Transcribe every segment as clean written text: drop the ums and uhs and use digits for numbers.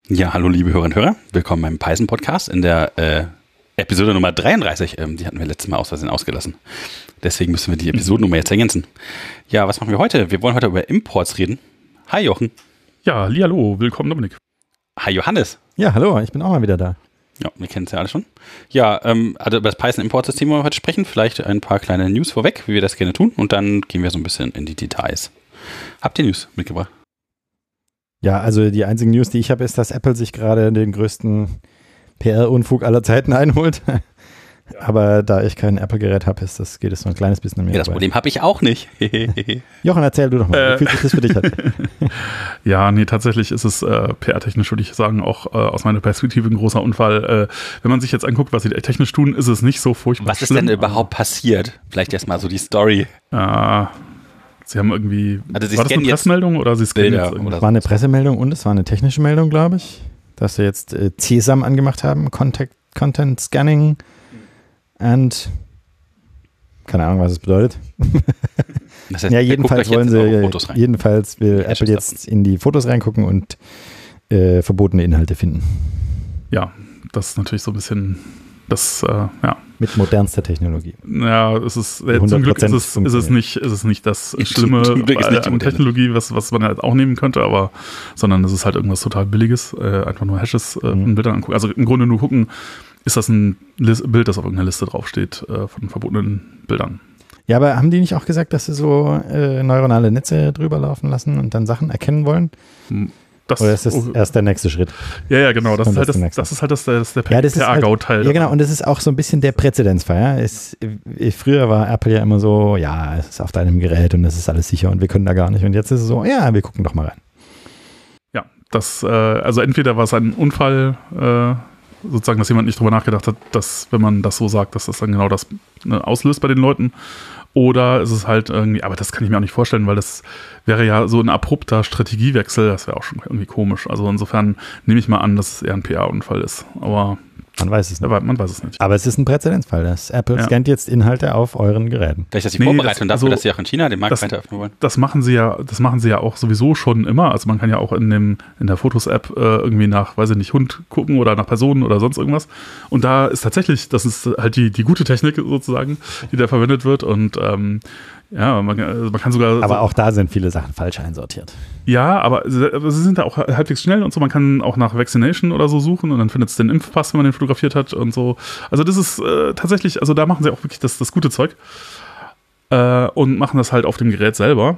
Ja, hallo liebe Hörerinnen und Hörer, willkommen beim Python-Podcast in der Episode Nummer 33. Die hatten wir letztes Mal aus Versehen ausgelassen. Deswegen müssen wir die Episodennummer jetzt ergänzen. Ja, was machen wir heute? Wir wollen heute über Imports reden. Hi Jochen. Ja, hallo, willkommen Dominik. Hi Johannes. Ja, hallo, ich bin auch mal wieder da. Ja, wir kennen es ja alle schon. Ja, also über das Python-Import-System wollen wir heute sprechen. Vielleicht ein paar kleine News vorweg, wie wir das gerne tun. Und dann gehen wir so ein bisschen in die Details. Habt ihr News mitgebracht? Ja, also die einzige News, die ich habe, ist, dass Apple sich gerade den größten PR-Unfug aller Zeiten einholt. Aber da ich kein Apple-Gerät habe, geht es so ein kleines bisschen an mir. Ja, das Problem habe ich auch nicht. Jochen, erzähl du doch mal, wie fühlt sich das für dich an? Ja, nee, tatsächlich ist es PR-technisch, würde ich sagen, auch aus meiner Perspektive ein großer Unfall. Wenn man sich jetzt anguckt, was sie technisch tun, ist es nicht so furchtbar Was ist denn überhaupt passiert? Vielleicht erstmal so die Story. Sie haben irgendwie, also war das eine Pressemeldung oder sie scannen jetzt irgendwie? Es war eine Pressemeldung und es war eine technische Meldung, glaube ich, dass sie jetzt CSAM angemacht haben, Content Scanning und keine Ahnung, was es bedeutet. Das heißt, ja, jedenfalls will Apple jetzt in die Fotos reingucken und verbotene Inhalte finden. Ja, das ist natürlich so ein bisschen mit modernster Technologie. Ja, zum Glück ist es nicht das Schlimme an Technologie, was man halt auch nehmen könnte, sondern es ist halt irgendwas total Billiges, einfach nur Hashes von Bildern angucken. Also im Grunde nur gucken, ist das ein Bild, das auf irgendeiner Liste draufsteht von verbotenen Bildern. Ja, aber haben die nicht auch gesagt, dass sie so neuronale Netze drüber laufen lassen und dann Sachen erkennen wollen? Oder ist das erst der nächste Schritt? Ja, genau. Das ist halt der PR-GAU-Teil. Ja, genau. Und das ist auch so ein bisschen der Präzedenzfall. Ja? Früher war Apple ja immer so, ja, es ist auf deinem Gerät und es ist alles sicher und wir können da gar nicht. Und jetzt ist es so, ja, wir gucken doch mal rein. Ja, also entweder war es ein Unfall, sozusagen, dass jemand nicht drüber nachgedacht hat, dass, wenn man das so sagt, dass das dann genau das auslöst bei den Leuten. Oder ist es halt irgendwie, aber das kann ich mir auch nicht vorstellen, weil das wäre ja so ein abrupter Strategiewechsel, das wäre auch schon irgendwie komisch. Also insofern nehme ich mal an, dass es eher ein PR-Unfall ist. Aber man weiß es nicht. Man weiß es nicht. Aber es ist ein Präzedenzfall. Apple scannt jetzt Inhalte auf euren Geräten. Vielleicht ist das die Vorbereitung dafür, dass sie auch in China den Markt weiter öffnen wollen. Das machen sie ja auch sowieso schon immer. Also man kann ja auch in der Fotos-App irgendwie nach, weiß ich nicht, Hund gucken oder nach Personen oder sonst irgendwas. Und da ist tatsächlich, das ist halt die gute Technik sozusagen, die da verwendet wird. Und man kann sogar... Aber auch da sind viele Sachen falsch einsortiert. Ja, aber sie sind da auch halbwegs schnell und so. Man kann auch nach Vaccination oder so suchen und dann findet es den Impfpass, wenn man den fotografiert hat und so. Also das ist tatsächlich, also da machen sie auch wirklich das gute Zeug und machen das halt auf dem Gerät selber.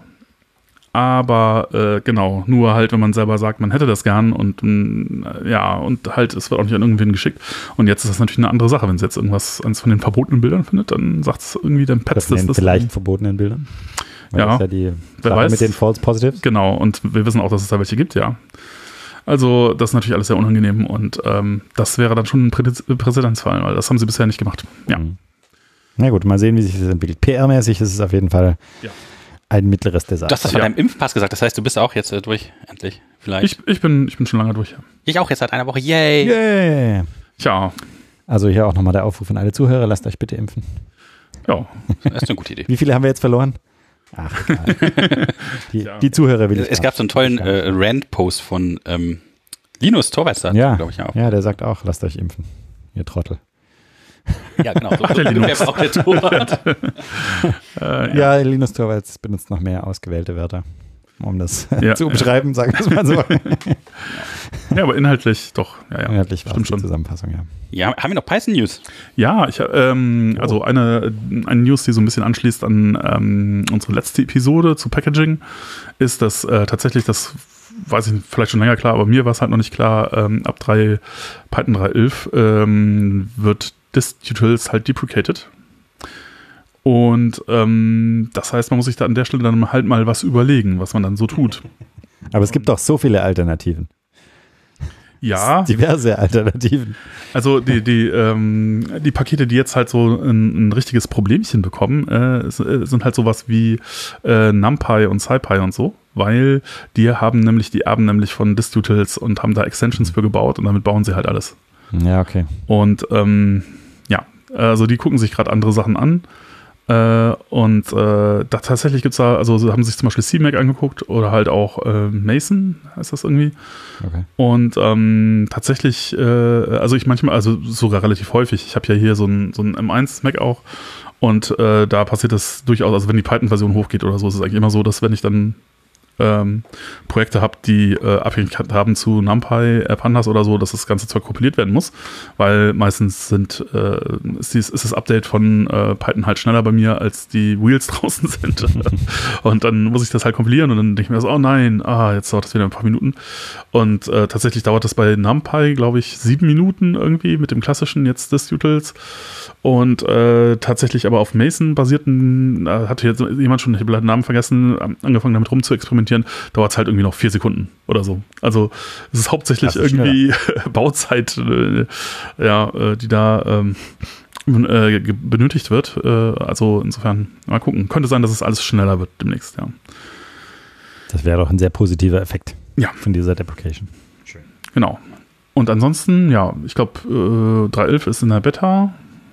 Aber genau, nur halt, wenn man selber sagt, man hätte das gern und halt, es wird auch nicht an irgendwen geschickt. Und jetzt ist das natürlich eine andere Sache. Wenn es jetzt eins von den verbotenen Bildern findet, dann sagt es irgendwie, dann petzt es das. Vielleicht verbotenen Bildern? Weil das ist ja die Sache mit den False Positives. Genau, und wir wissen auch, dass es da welche gibt, ja. Also das ist natürlich alles sehr unangenehm und das wäre dann schon ein Präzedenzfall, weil das haben sie bisher nicht gemacht. Ja. Na gut, mal sehen, wie sich das entwickelt. PR-mäßig ist es auf jeden Fall ein mittleres Desaster. Du hast das von deinem Impfpass gesagt, das heißt, du bist auch jetzt durch, endlich, vielleicht. Ich bin schon lange durch. Ja. Ich auch jetzt seit einer Woche, yay! Yeah. Tja. Also hier auch nochmal der Aufruf an alle Zuhörer, lasst euch bitte impfen. Ja. Das ist eine gute Idee. Wie viele haben wir jetzt verloren? Ach, egal. Die Zuhörer will ich. Es gab so einen tollen Rant-Post von Linus Torvalds, glaube ich auch. Ja, der sagt auch, lasst euch impfen, ihr Trottel. Ja, genau. So auch der Torwald. Ja, Linus Torvalds benutzt noch mehr ausgewählte Wörter, um das zu beschreiben, sagen wir es mal so. Ja, aber inhaltlich doch. Ja. Inhaltlich war es die Zusammenfassung, ja. Ja, haben wir noch Python-News? Ja, also eine News, die so ein bisschen anschließt an unsere letzte Episode zu Packaging, ist, dass tatsächlich das, weiß ich vielleicht schon länger klar, aber mir war es halt noch nicht klar, ab Python 3.11 wird Distutils halt deprecated. Und das heißt, man muss sich da an der Stelle dann halt mal was überlegen, was man dann so tut. Aber es gibt doch so viele Alternativen. Ja. Diverse Alternativen. Also die Pakete, die jetzt halt so ein richtiges Problemchen bekommen, sind halt sowas wie NumPy und SciPy und so, weil die erben nämlich von Distutils und haben da Extensions für gebaut und damit bauen sie halt alles. Ja, okay. Und also die gucken sich gerade andere Sachen an. Da tatsächlich gibt es da, also sie haben sich zum Beispiel CMake angeguckt oder halt auch Mason, heißt das irgendwie. Okay. Und tatsächlich, also ich manchmal, also sogar relativ häufig, ich habe ja hier so ein M1 Mac auch und da passiert das durchaus, also wenn die Python-Version hochgeht oder so, ist es eigentlich immer so, dass wenn ich dann Projekte habe, die Abhängigkeit haben zu NumPy, Pandas oder so, dass das ganze Zeug kompiliert werden muss, weil meistens ist das Update von Python halt schneller bei mir, als die Wheels draußen sind. Und dann muss ich das halt kompilieren und dann denke ich mir so, oh nein, jetzt dauert das wieder ein paar Minuten. Und tatsächlich dauert das bei NumPy, glaube ich, 7 Minuten irgendwie mit dem klassischen jetzt des Utils. Und tatsächlich aber auf Mason basierten, hatte jetzt jemand schon, ich habe den Namen vergessen, angefangen damit rum zu experimentieren, dauert es halt irgendwie noch 4 Sekunden oder so. Also es ist hauptsächlich irgendwie Bauzeit, die da benötigt wird. Also insofern mal gucken. Könnte sein, dass es alles schneller wird demnächst, ja. Das wäre doch ein sehr positiver Effekt von dieser Deprecation. Schön. Genau. Und ansonsten, ja, ich glaube 3.11 ist in der Beta.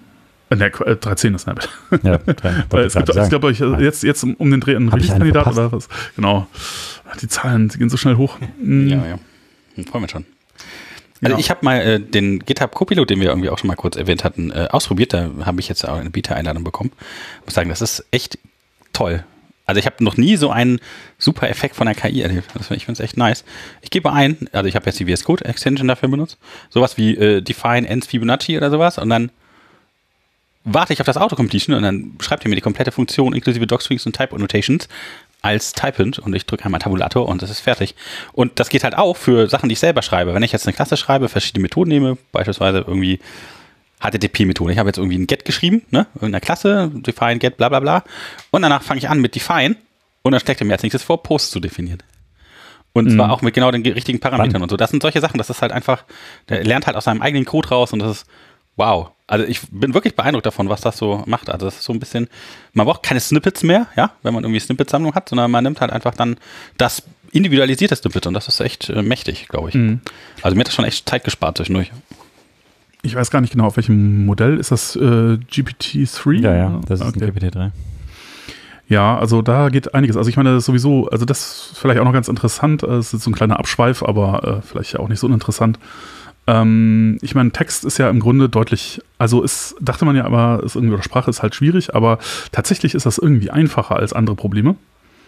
3.10 ist in der Beta. Ja, es gibt, ich glaube, jetzt um den Dreh einen Release-Kandidat oder was. Genau. Die Zahlen, die gehen so schnell hoch. Ja. Freuen wir schon. Also ich habe mal den GitHub Copilot, den wir irgendwie auch schon mal kurz erwähnt hatten, ausprobiert. Da habe ich jetzt auch eine Beta-Einladung bekommen. Ich muss sagen, das ist echt toll. Also ich habe noch nie so einen super Effekt von der KI erlebt. Ich finde es echt nice. Ich gebe ein, also ich habe jetzt die VS Code Extension dafür benutzt. Sowas wie Define Ends Fibonacci oder sowas. Und dann warte ich auf das Autocompletion und dann schreibt ihr mir die komplette Funktion inklusive Docstrings und Type Annotations als Typend und ich drücke einmal Tabulator und das ist fertig. Und das geht halt auch für Sachen, die ich selber schreibe. Wenn ich jetzt eine Klasse schreibe, verschiedene Methoden nehme, beispielsweise irgendwie HTTP-Methode. Ich habe jetzt irgendwie ein Get geschrieben, ne, irgendeiner Klasse, define, get, bla bla bla. Und danach fange ich an mit define und dann steckt er mir als nächstes vor, Post zu definieren. Und zwar auch mit genau den richtigen Parametern und so. Das sind solche Sachen, das ist halt einfach, der lernt halt aus seinem eigenen Code raus und das ist wow. Also ich bin wirklich beeindruckt davon, was das so macht. Also das ist so ein bisschen, man braucht keine Snippets mehr, ja, wenn man irgendwie Snippet-Sammlung hat, sondern man nimmt halt einfach dann das individualisierte Snippet und das ist echt mächtig, glaube ich. Also mir hat das schon echt Zeit gespart zwischendurch. Ich weiß gar nicht genau, auf welchem Modell. Ist das GPT-3? Ja, das ist ein GPT-3. Ja, also da geht einiges. Also ich meine, das ist sowieso, also das ist vielleicht auch noch ganz interessant. Es ist so ein kleiner Abschweif, aber vielleicht ja auch nicht so uninteressant. Ich meine, Text ist ja im Grunde deutlich, also dachte man ja aber, oder Sprache ist halt schwierig, aber tatsächlich ist das irgendwie einfacher als andere Probleme.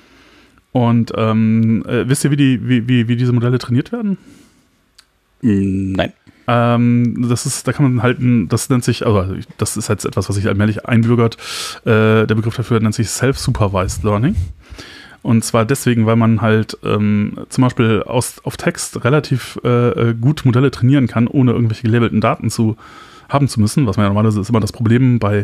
Und wisst ihr, wie diese Modelle trainiert werden? Nein. Da kann man halt, das nennt sich, also das ist jetzt etwas, was sich allmählich einbürgert. Der Begriff dafür nennt sich Self-Supervised Learning. Und zwar deswegen, weil man halt zum Beispiel auf Text relativ gut Modelle trainieren kann, ohne irgendwelche gelabelten Daten haben zu müssen, was man ja normalerweise ist immer das Problem bei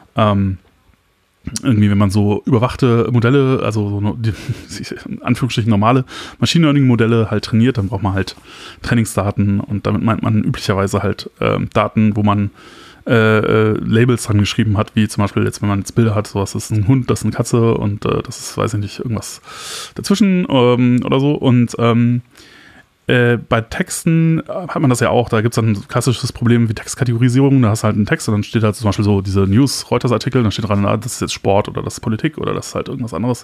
irgendwie, wenn man so überwachte Modelle, also so in Anführungsstrichen normale Machine Learning Modelle halt trainiert, dann braucht man halt Trainingsdaten und damit meint man üblicherweise halt Daten, wo man Labels dran geschrieben hat, wie zum Beispiel jetzt, wenn man jetzt Bilder hat, sowas ist ein Hund, das ist eine Katze und das ist, weiß ich nicht, irgendwas dazwischen oder so. Und bei Texten hat man das ja auch, da gibt es dann ein klassisches Problem wie Textkategorisierung, da hast du halt einen Text und dann steht halt zum Beispiel so diese News-Reuters-Artikel, dann steht dran, das ist jetzt Sport oder das ist Politik oder das ist halt irgendwas anderes.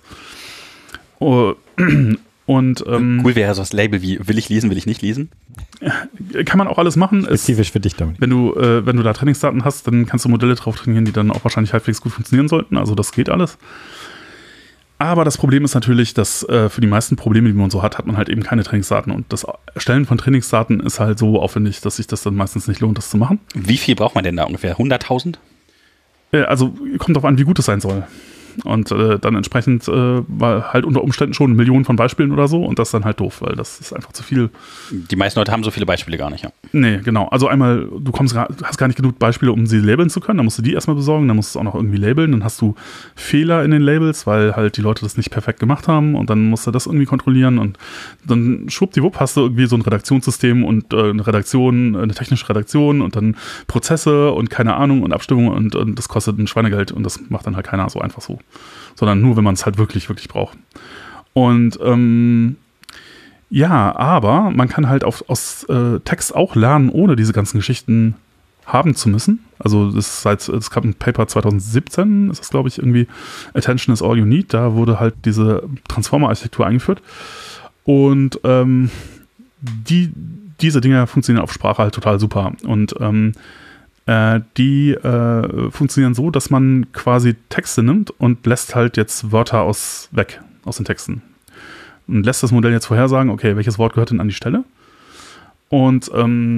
Und cool wäre so das Label wie will ich lesen, will ich nicht lesen. Kann man auch alles machen. Spezifisch für dich damit. Wenn du da Trainingsdaten hast, dann kannst du Modelle drauf trainieren, die dann auch wahrscheinlich halbwegs gut funktionieren sollten. Also das geht alles. Aber das Problem ist natürlich, dass für die meisten Probleme, die man so hat man halt eben keine Trainingsdaten. Und das Erstellen von Trainingsdaten ist halt so aufwendig, dass sich das dann meistens nicht lohnt, das zu machen. Wie viel braucht man denn da ungefähr? 100.000? Also kommt darauf an, wie gut es sein soll. Und dann entsprechend war halt unter Umständen schon Millionen von Beispielen oder so und das ist dann halt doof, weil das ist einfach zu viel. Die meisten Leute haben so viele Beispiele gar nicht, ja. Nee, genau. Also einmal, hast gar nicht genug Beispiele, um sie labeln zu können, dann musst du die erstmal besorgen, dann musst du es auch noch irgendwie labeln, dann hast du Fehler in den Labels, weil halt die Leute das nicht perfekt gemacht haben und dann musst du das irgendwie kontrollieren und dann schwuppdiwupp hast du irgendwie so ein Redaktionssystem und eine technische Redaktion und dann Prozesse und keine Ahnung und Abstimmung und das kostet ein Schweinegeld und das macht dann halt keiner so einfach so. Sondern nur, wenn man es halt wirklich, wirklich braucht. Und aber man kann halt aus Text auch lernen, ohne diese ganzen Geschichten haben zu müssen. Also es gab ein Paper 2017, ist das glaube ich irgendwie, Attention is all you need, da wurde halt diese Transformer-Architektur eingeführt und diese Dinge funktionieren auf Sprache halt total super und die funktionieren so, dass man quasi Texte nimmt und lässt halt jetzt Wörter weg aus den Texten. Und lässt das Modell jetzt vorhersagen, okay, welches Wort gehört denn an die Stelle? Und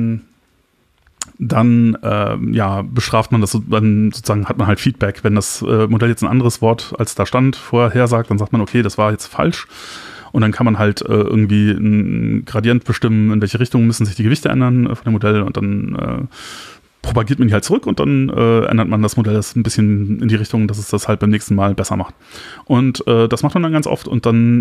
dann bestraft man das, dann sozusagen hat man halt Feedback. Wenn das Modell jetzt ein anderes Wort als da stand vorhersagt, dann sagt man, okay, das war jetzt falsch. Und dann kann man halt irgendwie ein Gradient bestimmen, in welche Richtung müssen sich die Gewichte ändern von dem Modell und dann propagiert man die halt zurück und dann ändert man das Modell das ein bisschen in die Richtung, dass es das halt beim nächsten Mal besser macht. Und das macht man dann ganz oft und dann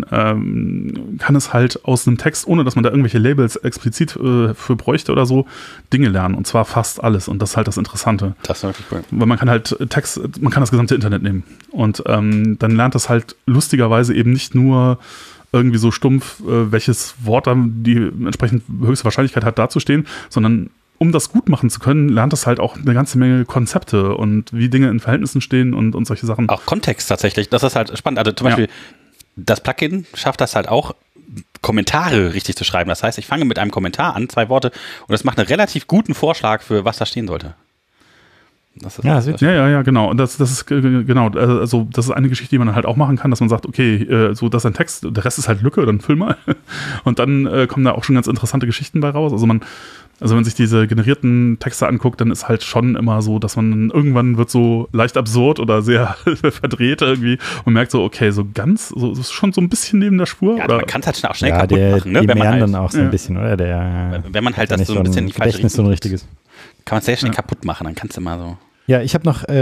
kann es halt aus einem Text, ohne dass man da irgendwelche Labels explizit für bräuchte oder so, Dinge lernen und zwar fast alles und das ist halt das Interessante. Das ist wirklich cool. Weil man kann halt man kann das gesamte Internet nehmen und dann lernt es halt lustigerweise eben nicht nur irgendwie so stumpf, welches Wort dann die entsprechend höchste Wahrscheinlichkeit hat, dazustehen, sondern um das gut machen zu können, lernt es halt auch eine ganze Menge Konzepte und wie Dinge in Verhältnissen stehen und solche Sachen. Auch Kontext tatsächlich, das ist halt spannend. Also zum Beispiel, das Plugin schafft das halt auch, Kommentare richtig zu schreiben. Das heißt, ich fange mit einem Kommentar an, 2 Worte, und das macht einen relativ guten Vorschlag für was da stehen sollte. Das ist ja, genau. Und das ist genau, also das ist eine Geschichte, die man halt auch machen kann, dass man sagt, okay, so das ist ein Text, der Rest ist halt Lücke, dann füll mal. Und dann kommen da auch schon ganz interessante Geschichten bei raus. Also wenn man sich diese generierten Texte anguckt, dann ist halt schon immer so, dass man irgendwann wird so leicht absurd oder sehr verdreht irgendwie und merkt so, okay, so ganz, so ist schon so ein bisschen neben der Spur. Ja, oder? Man kann es halt auch schnell kaputt machen, ne? Die Wenn man halt, dann auch so ein bisschen, oder? Wenn man halt das so ein bisschen in die falsche Gedächtnis so ein richtiges. Kann man es sehr schnell kaputt machen, dann kannst du immer so. Ja, ich habe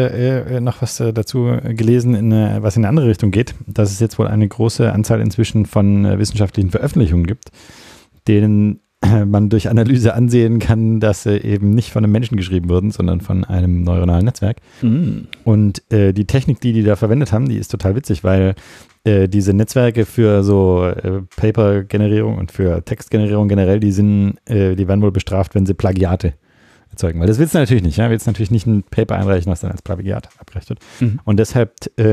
noch was dazu gelesen, was in eine andere Richtung geht, dass es jetzt wohl eine große Anzahl inzwischen von wissenschaftlichen Veröffentlichungen gibt, denen man durch Analyse ansehen kann, dass sie eben nicht von einem Menschen geschrieben wurden, sondern von einem neuronalen Netzwerk. Mhm. Und die Technik, die da verwendet haben, die ist total witzig, weil diese Netzwerke für so Paper-Generierung und für Textgenerierung generell, die werden wohl bestraft, wenn sie Plagiate erzeugen. Weil das willst du natürlich nicht. Ja? Willst natürlich nicht ein Paper einreichen, was dann als Plagiat abrechnet. Mhm. Und deshalb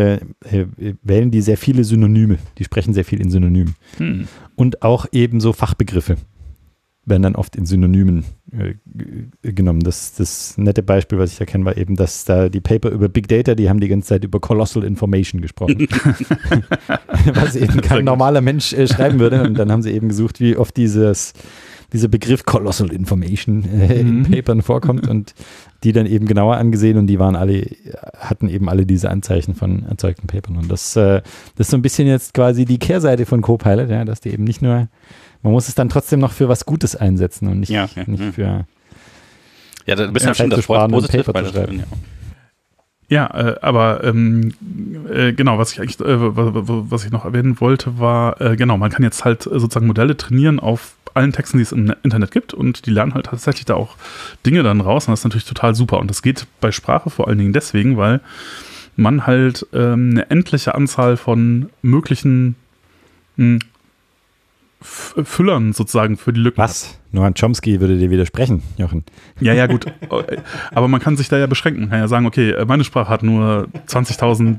wählen die sehr viele Synonyme. Die sprechen sehr viel in Synonymen. Mhm. Und auch eben so Fachbegriffe werden dann oft in Synonymen genommen. Das nette Beispiel, was ich da kenne, war eben, dass da die Paper über Big Data, die haben die ganze Zeit über Colossal Information gesprochen. Was eben kein normaler Mensch schreiben würde. Und dann haben sie eben gesucht, wie oft dieser Begriff Colossal Information in Papern vorkommt und die dann eben genauer angesehen und die hatten eben alle diese Anzeichen von erzeugten Papern. Und das ist so ein bisschen jetzt quasi die Kehrseite von Copilot, ja, dass die eben nicht nur, man muss es dann trotzdem noch für was Gutes einsetzen und nicht für ja, da bist du schon das Wort positiv Paper zu schreiben. Ja, aber genau, was ich noch erwähnen wollte, war, genau, man kann jetzt halt sozusagen Modelle trainieren auf allen Texten, die es im Internet gibt und die lernen halt tatsächlich da auch Dinge dann raus und das ist natürlich total super und das geht bei Sprache vor allen Dingen deswegen, weil man halt eine endliche Anzahl von möglichen Füllern sozusagen für die Lücken. Was? Noam Chomsky würde dir widersprechen, Jochen. Ja, gut. Aber man kann sich da ja beschränken. Man kann ja sagen, okay, meine Sprache hat nur 20.000,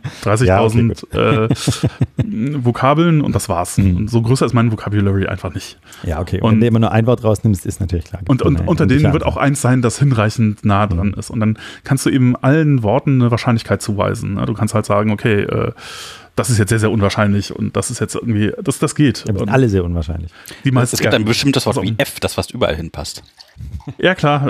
30.000 Vokabeln und das war's. Und so größer ist mein Vocabulary einfach nicht. Ja, okay. Und wenn du immer nur ein Wort rausnimmst, ist natürlich klar. Und unter denen wird auch eins sein, das hinreichend nah dran ist. Und dann kannst du eben allen Worten eine Wahrscheinlichkeit zuweisen. Du kannst halt sagen, okay, das ist jetzt sehr, sehr unwahrscheinlich und das ist jetzt irgendwie, das geht. Ja, sind alle sehr unwahrscheinlich. Es gibt ein bestimmtes Wort wie F, das fast überall hinpasst. Ja, klar.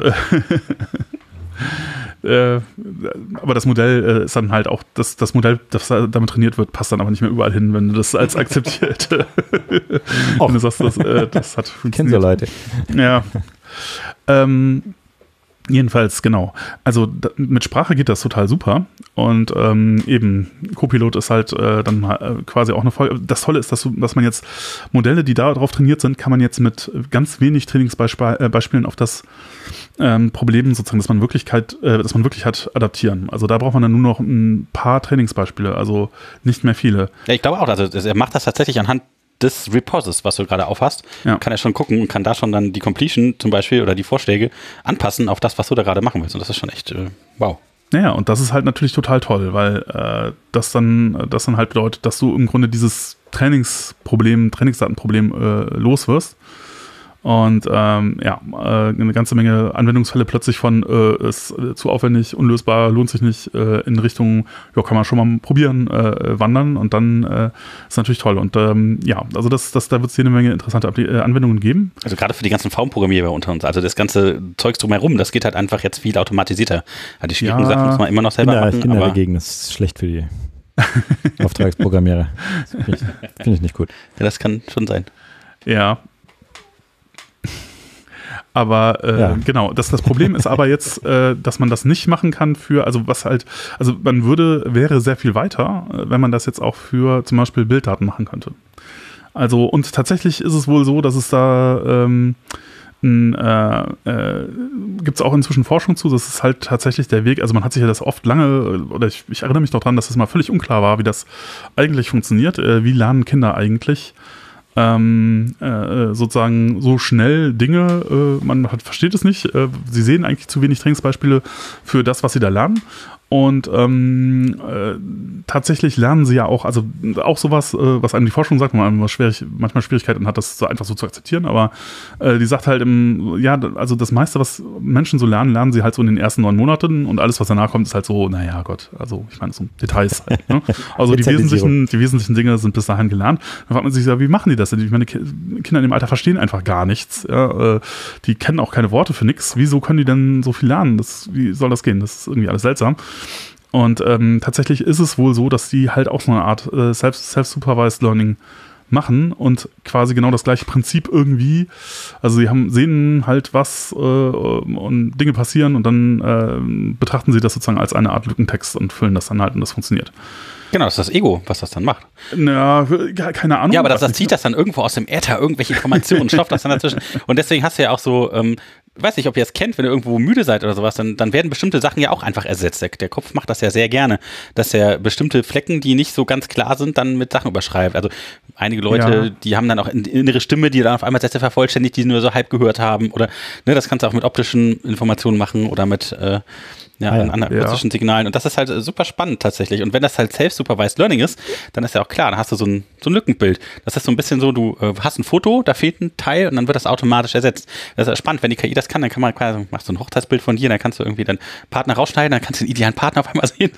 Aber das Modell ist dann halt auch, das Modell, das damit trainiert wird, passt dann aber nicht mehr überall hin, wenn du das als akzeptiert. Wenn du sagst, das hat funktioniert. Kennen so Leute. Ja. Jedenfalls, genau. Also mit Sprache geht das total super und eben Copilot ist halt dann quasi auch eine Folge. Das Tolle ist, dass man jetzt Modelle, die darauf trainiert sind, kann man jetzt mit ganz wenig Trainingsbeispielen auf das Problem sozusagen, dass man wirklich hat, adaptieren. Also da braucht man dann nur noch ein paar Trainingsbeispiele, also nicht mehr viele. Ja, ich glaube auch, also er macht das tatsächlich anhand des Reports, was du gerade aufhast, Ja. kann er schon gucken und kann da schon dann die Completion zum Beispiel oder die Vorschläge anpassen auf das, was du da gerade machen willst. Und das ist schon echt wow. Naja, und das ist halt natürlich total toll, weil das dann halt bedeutet, dass du im Grunde dieses Trainingsdatenproblem los wirst. Und eine ganze Menge Anwendungsfälle plötzlich von ist zu aufwendig, unlösbar, lohnt sich nicht, in Richtung, ja, kann man schon mal probieren, wandern. Und dann ist natürlich toll. Und da wird es jede Menge interessante Anwendungen geben. Also gerade für die ganzen Formprogrammierer unter uns, also das ganze Zeugs drumherum, das geht halt einfach jetzt viel automatisierter. Also die schwierigen Sachen muss man immer noch selber machen. Kinder dagegen, das ist schlecht für die Auftragsprogrammierer. Finde ich nicht gut. Ja, das kann schon sein. Ja. Aber genau, das Problem ist aber jetzt, dass man das nicht machen kann wäre sehr viel weiter, wenn man das jetzt auch für zum Beispiel Bilddaten machen könnte. Also, und tatsächlich ist es wohl so, dass es da gibt es auch inzwischen Forschung zu, das ist halt tatsächlich der Weg, also man hat sich ja das oft lange, oder ich erinnere mich noch dran, dass das mal völlig unklar war, wie das eigentlich funktioniert, wie lernen Kinder eigentlich sozusagen so schnell Dinge, man versteht es nicht, sie sehen eigentlich zu wenig Trainingsbeispiele für das, was sie da lernen. Und tatsächlich lernen sie ja auch, also auch sowas, was einem die Forschung sagt, wo man manchmal Schwierigkeiten hat, das so einfach so zu akzeptieren, aber die sagt halt also das meiste, was Menschen so lernen sie halt so in den ersten 9 Monaten und alles, was danach kommt, ist halt so, naja Gott, also ich meine, so Details halt, ne? Also die wesentlichen Dinge sind bis dahin gelernt. Dann fragt man sich ja, wie machen die das denn? Ich meine, Kinder in dem Alter verstehen einfach gar nichts, ja? Die kennen auch keine Worte für nichts. Wieso können die denn so viel lernen? Wie soll das gehen? Das ist irgendwie alles seltsam. Und tatsächlich ist es wohl so, dass die halt auch so eine Art Self-Supervised Learning machen und quasi genau das gleiche Prinzip irgendwie, also sie sehen halt was und Dinge passieren und dann betrachten sie das sozusagen als eine Art Lückentext und füllen das dann halt und das funktioniert. Genau, das ist das Ego, was das dann macht. Ja, keine Ahnung. Ja, aber das zieht das dann irgendwo aus dem Äther, irgendwelche Informationen, stopft das dann dazwischen. Und deswegen hast du ja auch so, weiß nicht, ob ihr es kennt, wenn ihr irgendwo müde seid oder sowas, dann werden bestimmte Sachen ja auch einfach ersetzt. Der Kopf macht das ja sehr gerne, dass er bestimmte Flecken, die nicht so ganz klar sind, dann mit Sachen überschreibt. Also einige Leute, die haben dann auch eine innere Stimme, die dann auf einmal Sätze vervollständigt, die sie nur so halb gehört haben. Oder das kannst du auch mit optischen Informationen machen oder mit anderen akustischen Signalen. Und das ist halt super spannend tatsächlich. Und wenn das halt Self-Supervised Learning ist, dann ist ja auch klar, dann hast du so ein Lückenbild. Das ist so ein bisschen so, du hast ein Foto, da fehlt ein Teil und dann wird das automatisch ersetzt. Das ist spannend, wenn die KI das kann, dann kann man quasi, machst du ein Hochzeitsbild von dir, dann kannst du irgendwie deinen Partner rausschneiden, dann kannst du den idealen Partner auf einmal sehen.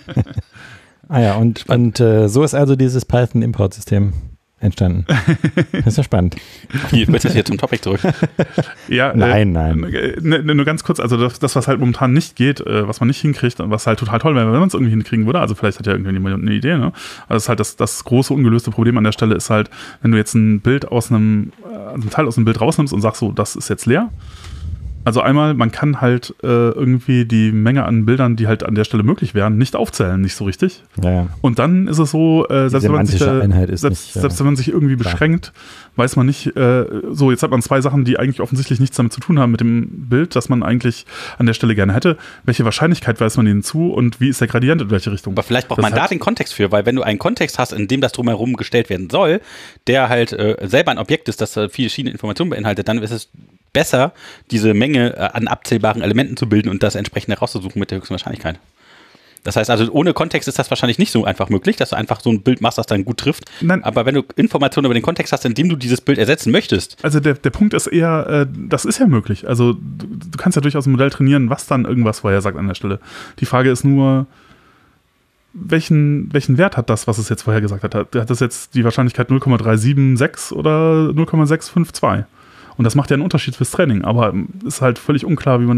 Und so ist also dieses Python-Import-System entstanden. Das ist ja spannend. Wie willst du jetzt hier zum Topic zurück? Ja, nein. Nur ganz kurz, also das, was halt momentan nicht geht, was man nicht hinkriegt, was halt total toll wäre, wenn man es irgendwie hinkriegen würde, also vielleicht hat ja irgendjemand eine Idee, ne? Also das ist halt das große ungelöste Problem an der Stelle ist halt, wenn du jetzt ein Bild einen Teil aus einem Bild rausnimmst und sagst so, das ist jetzt leer. Also einmal, man kann halt irgendwie die Menge an Bildern, die halt an der Stelle möglich wären, nicht aufzählen, nicht so richtig. Ja. Und dann ist es so, selbst wenn man sich irgendwie beschränkt, weiß man nicht, jetzt hat man 2 Sachen, die eigentlich offensichtlich nichts damit zu tun haben mit dem Bild, das man eigentlich an der Stelle gerne hätte. Welche Wahrscheinlichkeit weist man ihnen zu und wie ist der Gradient in welche Richtung? Aber vielleicht braucht man da den Kontext für, weil wenn du einen Kontext hast, in dem das drumherum gestellt werden soll, der halt selber ein Objekt ist, das viele verschiedene Informationen beinhaltet, dann ist es besser, diese Menge an abzählbaren Elementen zu bilden und das entsprechend herauszusuchen mit der höchsten Wahrscheinlichkeit. Das heißt also, ohne Kontext ist das wahrscheinlich nicht so einfach möglich, dass du einfach so ein Bild machst, das dann gut trifft. Nein. Aber wenn du Informationen über den Kontext hast, in dem du dieses Bild ersetzen möchtest. Also der Punkt ist eher, das ist ja möglich. Also du kannst ja durchaus ein Modell trainieren, was dann irgendwas vorhersagt an der Stelle. Die Frage ist nur, welchen Wert hat das, was es jetzt vorhergesagt hat? Hat das jetzt die Wahrscheinlichkeit 0,376 oder 0,652? Und das macht ja einen Unterschied fürs Training, aber ist halt völlig unklar, wie man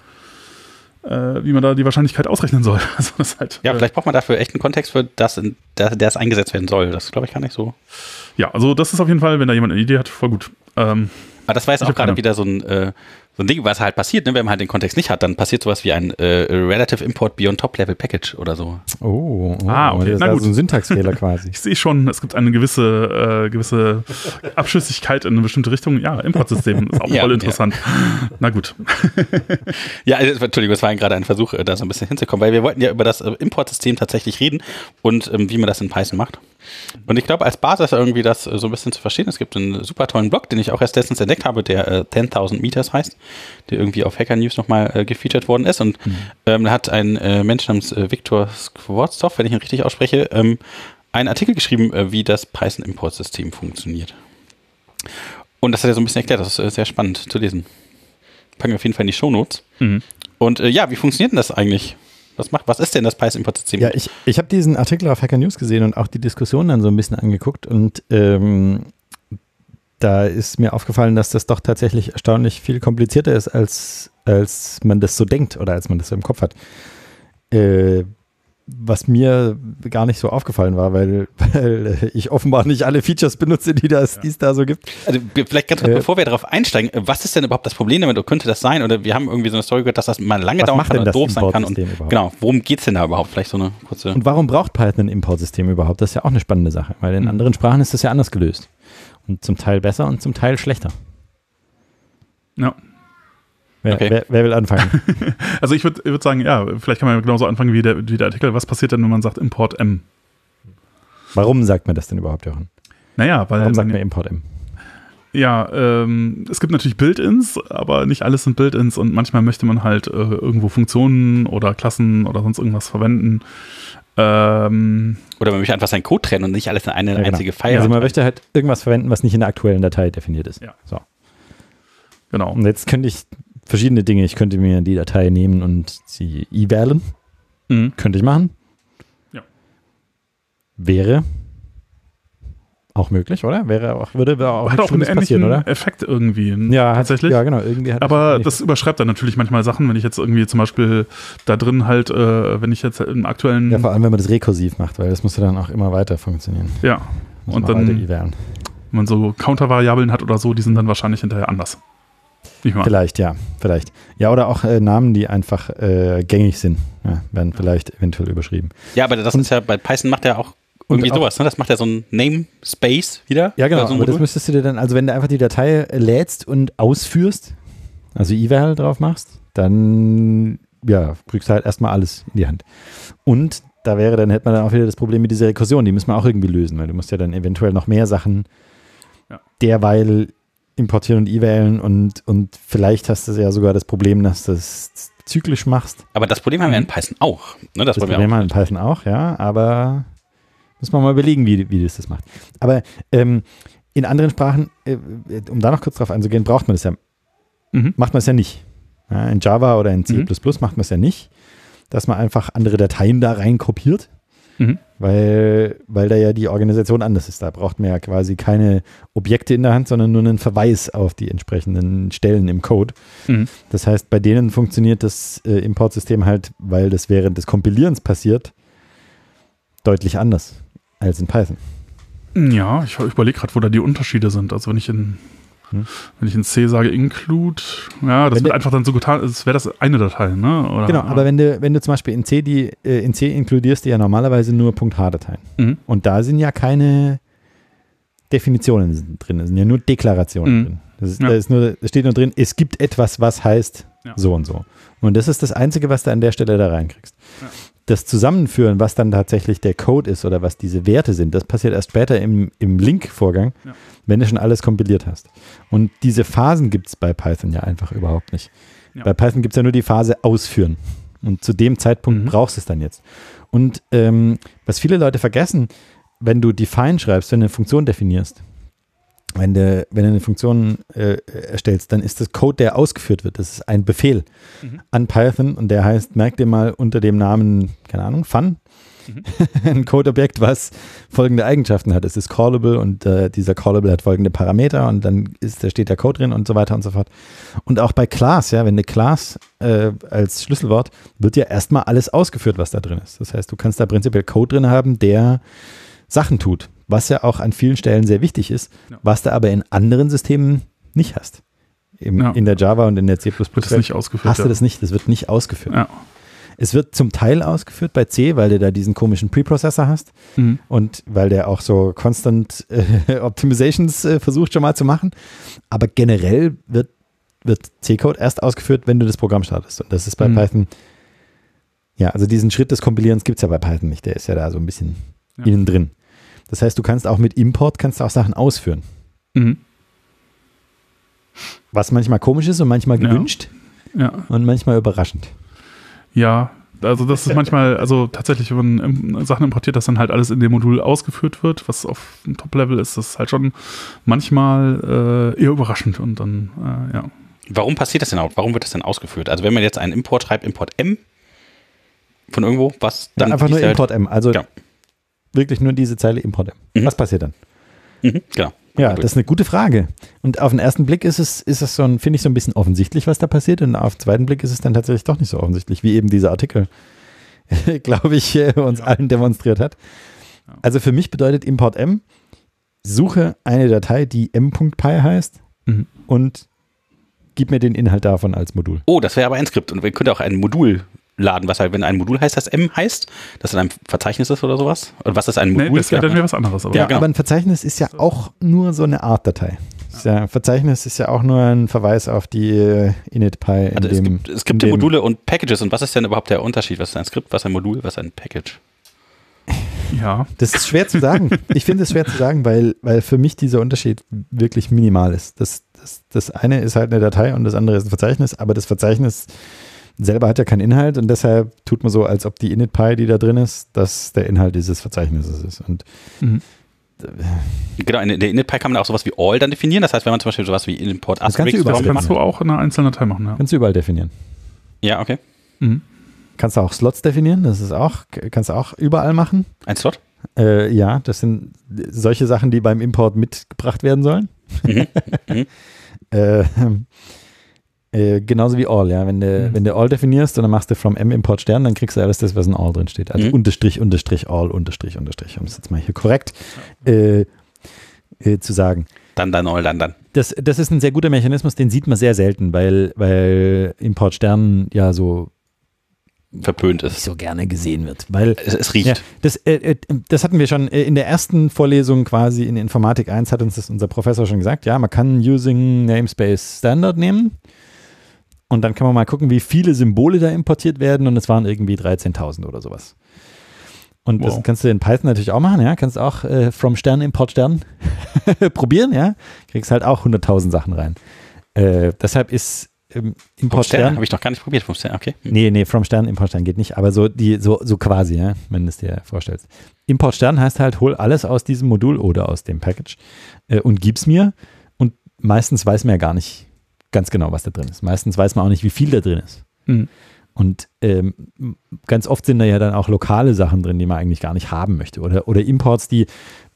da die Wahrscheinlichkeit ausrechnen soll. Also das ist halt, vielleicht braucht man dafür echt einen Kontext, für der es eingesetzt werden soll. Das glaube ich gar nicht so. Ja, also das ist auf jeden Fall, wenn da jemand eine Idee hat, voll gut. Aber das war jetzt auch gerade wieder so so ein Ding, was halt passiert, ne, wenn man halt den Kontext nicht hat, dann passiert sowas wie ein Relative Import Beyond Top-Level Package oder so. Okay. Das ist also ein Syntaxfehler quasi. Ich sehe schon, es gibt eine gewisse Abschüssigkeit in eine bestimmte Richtung. Ja, Importsystem ist auch voll interessant. Ja. Na gut. Ja, also, Entschuldigung, es war gerade ein Versuch, da so ein bisschen hinzukommen, weil wir wollten ja über das Importsystem tatsächlich reden und wie man das in Python macht. Und ich glaube, als Basis irgendwie das so ein bisschen zu verstehen, es gibt einen super tollen Blog, den ich auch erst letztens entdeckt habe, der 10.000 Meters heißt, der irgendwie auf Hacker News nochmal gefeatured worden ist. Und da hat ein Mensch namens Viktor Skvortsov, wenn ich ihn richtig ausspreche, einen Artikel geschrieben, wie das Python-Importsystem funktioniert. Und das hat er so ein bisschen erklärt, das ist sehr spannend zu lesen. Packen wir auf jeden Fall in die Shownotes. Und wie funktioniert denn das eigentlich? Was ist denn das Python-Import-System? Ja, ich habe diesen Artikel auf Hacker News gesehen und auch die Diskussion dann so ein bisschen angeguckt und da ist mir aufgefallen, dass das doch tatsächlich erstaunlich viel komplizierter ist, als man das so denkt oder als man das so im Kopf hat. Was mir gar nicht so aufgefallen war, weil ich offenbar nicht alle Features benutze, die es da so gibt. Also vielleicht ganz kurz, bevor wir darauf einsteigen, was ist denn überhaupt das Problem damit? Oder könnte das sein? Oder wir haben irgendwie so eine Story gehört, dass das mal lange dauern kann oder doof sein kann. Und genau, worum geht es denn da überhaupt? Vielleicht so eine kurze... Und warum braucht Python ein Importsystem überhaupt? Das ist ja auch eine spannende Sache, weil in anderen Sprachen ist das ja anders gelöst. Und zum Teil besser und zum Teil schlechter. Ja. Wer will anfangen? Also ich würd sagen, ja, vielleicht kann man genauso anfangen wie der Artikel. Was passiert denn, wenn man sagt Import M? Warum sagt man das denn überhaupt, Jochen? Naja, weil... Warum sagt man Import M? Ja, es gibt natürlich Build-ins, aber nicht alles sind Build-ins und manchmal möchte man halt irgendwo Funktionen oder Klassen oder sonst irgendwas verwenden. Oder man möchte einfach seinen Code trennen und nicht alles in eine einzige File. Also man möchte halt irgendwas verwenden, was nicht in der aktuellen Datei definiert ist. Ja. So. Genau. Und jetzt könnte ich verschiedene Dinge, ich könnte mir die Datei nehmen und sie evalen. Könnte ich machen. Ja. Wäre auch möglich, oder? Würde auch hat auch einen ähnlichen Effekt irgendwie. Ja, tatsächlich. Ja, genau. Irgendwie aber das überschreibt dann natürlich manchmal Sachen, wenn ich jetzt irgendwie zum Beispiel da drin halt, wenn ich jetzt im aktuellen... Ja, vor allem, wenn man das rekursiv macht, weil das muss ja dann auch immer weiter funktionieren. Ja. Und dann, wenn man so Counter-Variablen hat oder so, die sind dann wahrscheinlich hinterher anders. Vielleicht. Ja, oder auch Namen, die einfach gängig sind, werden vielleicht eventuell überschrieben. Ja, aber das ist ja, bei Python macht er auch irgendwie sowas, ne? Das macht ja so ein Namespace wieder. Ja, genau, so aber das müsstest du dir dann, also wenn du einfach die Datei lädst und ausführst, also eval drauf machst, dann, kriegst du halt erstmal alles in die Hand. Und hätte man dann auch wieder das Problem mit dieser Rekursion, die müssen wir auch irgendwie lösen, weil du musst ja dann eventuell noch mehr Sachen derweil importieren und evalen und vielleicht hast du ja sogar das Problem, dass du das zyklisch machst. Aber das Problem haben wir in Python auch. Ne? Das Problem haben wir in Python auch, ja, aber muss man mal überlegen, wie das macht. Aber in anderen Sprachen, um da noch kurz drauf einzugehen, macht man es ja nicht. Ja, in Java oder in C++ macht man es ja nicht, dass man einfach andere Dateien da rein kopiert. Weil da ja die Organisation anders ist. Da braucht man ja quasi keine Objekte in der Hand, sondern nur einen Verweis auf die entsprechenden Stellen im Code. Das heißt, bei denen funktioniert das Importsystem halt, weil das während des Kompilierens passiert, deutlich anders als in Python. Ja, ich überlege gerade, wo da die Unterschiede sind. Also wenn ich in C sage include, das wird einfach dann so getan, als wäre das eine Datei, ne? Oder, genau, aber wenn du zum Beispiel in C inkludierst du ja normalerweise nur .h-Dateien. Und da sind ja keine Definitionen drin, es sind ja nur Deklarationen drin. Da steht nur drin, es gibt etwas, was heißt so und so. Und das ist das Einzige, was du an der Stelle da reinkriegst. Ja. Das Zusammenführen, was dann tatsächlich der Code ist oder was diese Werte sind, das passiert erst später im Link-Vorgang, wenn du schon alles kompiliert hast. Und diese Phasen gibt es bei Python ja einfach überhaupt nicht. Ja. Bei Python gibt es ja nur die Phase ausführen. Und zu dem Zeitpunkt brauchst du es dann jetzt. Und was viele Leute vergessen, wenn du define schreibst, wenn du eine Funktion definierst, wenn du eine Funktion erstellst, dann ist das Code, der ausgeführt wird. Das ist ein Befehl an Python und der heißt, merk dir mal unter dem Namen, keine Ahnung, fun, ein Codeobjekt, was folgende Eigenschaften hat. Es ist callable und dieser callable hat folgende Parameter und dann da steht der Code drin und so weiter und so fort. Und auch bei Class, wenn eine Class als Schlüsselwort, wird ja erstmal alles ausgeführt, was da drin ist. Das heißt, du kannst da prinzipiell Code drin haben, der Sachen tut, was ja auch an vielen Stellen sehr wichtig ist, was du aber in anderen Systemen nicht hast. In der Java und in der C++ wird das nicht ausgeführt. Hast du das nicht? Das wird nicht ausgeführt. Ja. Es wird zum Teil ausgeführt bei C, weil du da diesen komischen Preprocessor hast und weil der auch so Constant Optimizations versucht schon mal zu machen. Aber generell wird C-Code erst ausgeführt, wenn du das Programm startest. Und das ist bei Python, ja, also diesen Schritt des Kompilierens gibt es ja bei Python nicht. Der ist ja da so ein bisschen innen drin. Das heißt, du kannst auch mit Import auch Sachen ausführen. Was manchmal komisch ist und manchmal gewünscht und manchmal überraschend. Ja, also das ist manchmal, also tatsächlich, wenn man Sachen importiert, dass dann halt alles in dem Modul ausgeführt wird, was auf dem Top-Level ist, das ist halt schon manchmal eher überraschend und dann, ja. Warum passiert das denn auch? Warum wird das denn ausgeführt? Also wenn man jetzt einen Import schreibt, Import M von irgendwo, was dann... Ja, einfach nur Import halt, M, also wirklich nur diese Zeile Import M. Was passiert dann? Genau. Ja, das ist eine gute Frage. Und auf den ersten Blick ist es so ein, finde ich, so ein bisschen offensichtlich, was da passiert. Und auf den zweiten Blick ist es dann tatsächlich doch nicht so offensichtlich, wie eben dieser Artikel, glaube ich, uns allen demonstriert hat. Also für mich bedeutet Import M, suche eine Datei, die m.py heißt und gib mir den Inhalt davon als Modul. Oh, das wäre aber ein Skript. Und wir könnten auch ein Modul laden, was halt, wenn ein Modul heißt, das M heißt, das in einem Verzeichnis ist oder sowas? Und was ist ein Modul? Nee, das wäre dann wieder was anderes. Aber. Ja, genau. Aber ein Verzeichnis ist ja auch nur so eine Art Datei. Ein Verzeichnis ist ja auch nur ein Verweis auf die init.py. Also es gibt Module und Packages. Und was ist denn überhaupt der Unterschied? Was ist ein Skript, was ein Modul, was ein Package? Ja. Das ist schwer zu sagen. Ich finde es schwer zu sagen, weil für mich dieser Unterschied wirklich minimal ist. Das eine ist halt eine Datei und das andere ist ein Verzeichnis, aber das Verzeichnis selber hat ja keinen Inhalt und deshalb tut man so, als ob die init.py, die da drin ist, dass der Inhalt dieses Verzeichnisses ist. Und genau, in der init.py kann man auch sowas wie all dann definieren. Das heißt, wenn man zum Beispiel sowas wie import Asterisk das kannst du auch in einer einzelnen Datei machen. Ja. Kannst du überall definieren. Ja, okay. Kannst du auch Slots definieren, kannst du auch überall machen. Ein Slot? Ja, das sind solche Sachen, die beim Import mitgebracht werden sollen. Genauso wie all, ja. Wenn du all definierst und dann machst du from m import Stern, dann kriegst du alles das, was in all drin steht. Also Unterstrich, Unterstrich, all, Unterstrich, Unterstrich. Um es jetzt mal hier korrekt zu sagen. Dann all, dann. Das ist ein sehr guter Mechanismus, den sieht man sehr selten, weil Import Stern ja so verpönt ist. Nicht so gerne gesehen wird. Weil es riecht. Ja, das hatten wir schon in der ersten Vorlesung quasi in Informatik 1 hat uns das unser Professor schon gesagt. Ja, man kann Using Namespace Standard nehmen und dann kann man mal gucken, wie viele Symbole da importiert werden und es waren irgendwie 13.000 oder sowas. Und das kannst du in Python natürlich auch machen, ja, kannst auch from Stern, Import Stern probieren, ja, kriegst halt auch 100.000 Sachen rein. Deshalb ist Import Stern habe ich noch gar nicht probiert, vom Stern, okay. Nee, from Stern, Import Stern geht nicht, aber so quasi, ja, wenn du es dir vorstellst. Import Stern heißt halt, hol alles aus diesem Modul oder aus dem Package und gib's mir und meistens weiß man ja gar nicht ganz genau, was da drin ist. Meistens weiß man auch nicht, wie viel da drin ist. Und ganz oft sind da ja dann auch lokale Sachen drin, die man eigentlich gar nicht haben möchte oder Imports, die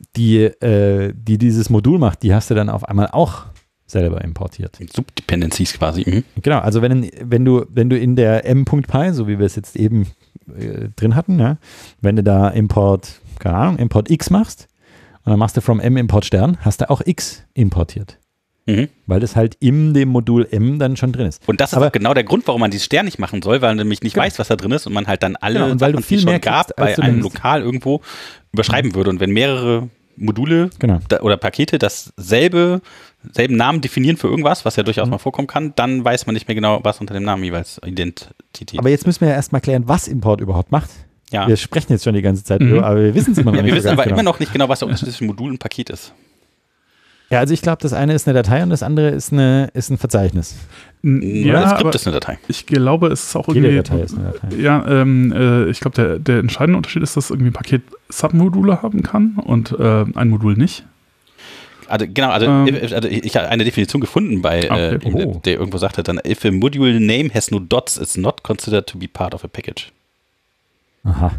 dieses Modul macht, die hast du dann auf einmal auch selber importiert. Subdependencies quasi. Genau, also wenn du in der m.py, so wie wir es jetzt eben drin hatten, ja, wenn du da Import x machst und dann machst du from m import Stern, hast du auch x importiert. Weil das halt in dem Modul m dann schon drin ist. Und das ist auch genau der Grund, warum man dieses Stern nicht machen soll, weil man nämlich nicht weiß, was da drin ist und man halt dann alle Sachen, die es schon gab, bei einem Lokal irgendwo überschreiben würde. Und wenn mehrere Module oder Pakete selben Namen definieren für irgendwas, was ja durchaus mal vorkommen kann, dann weiß man nicht mehr genau, was unter dem Namen jeweils Identität. Aber jetzt müssen wir ja erstmal klären, was Import überhaupt macht. Ja. Wir sprechen jetzt schon die ganze Zeit drüber, aber wir wissen es immer noch nicht. Wir wissen aber immer noch nicht genau, was der Unterschied zwischen Modul und Paket ist. Ja, also ich glaube, das eine ist eine Datei und das andere ist ein Verzeichnis. Ja, das Skript ist eine Datei. Ich glaube, es ist auch irgendwie... Jede Datei ist eine Datei. Ja, ich glaube, der entscheidende Unterschied ist, dass irgendwie ein Paket Submodule haben kann und ein Modul nicht. Also genau, ich habe eine Definition gefunden, der irgendwo sagte dann, if a module name has no dots, it's not considered to be part of a package. Aha.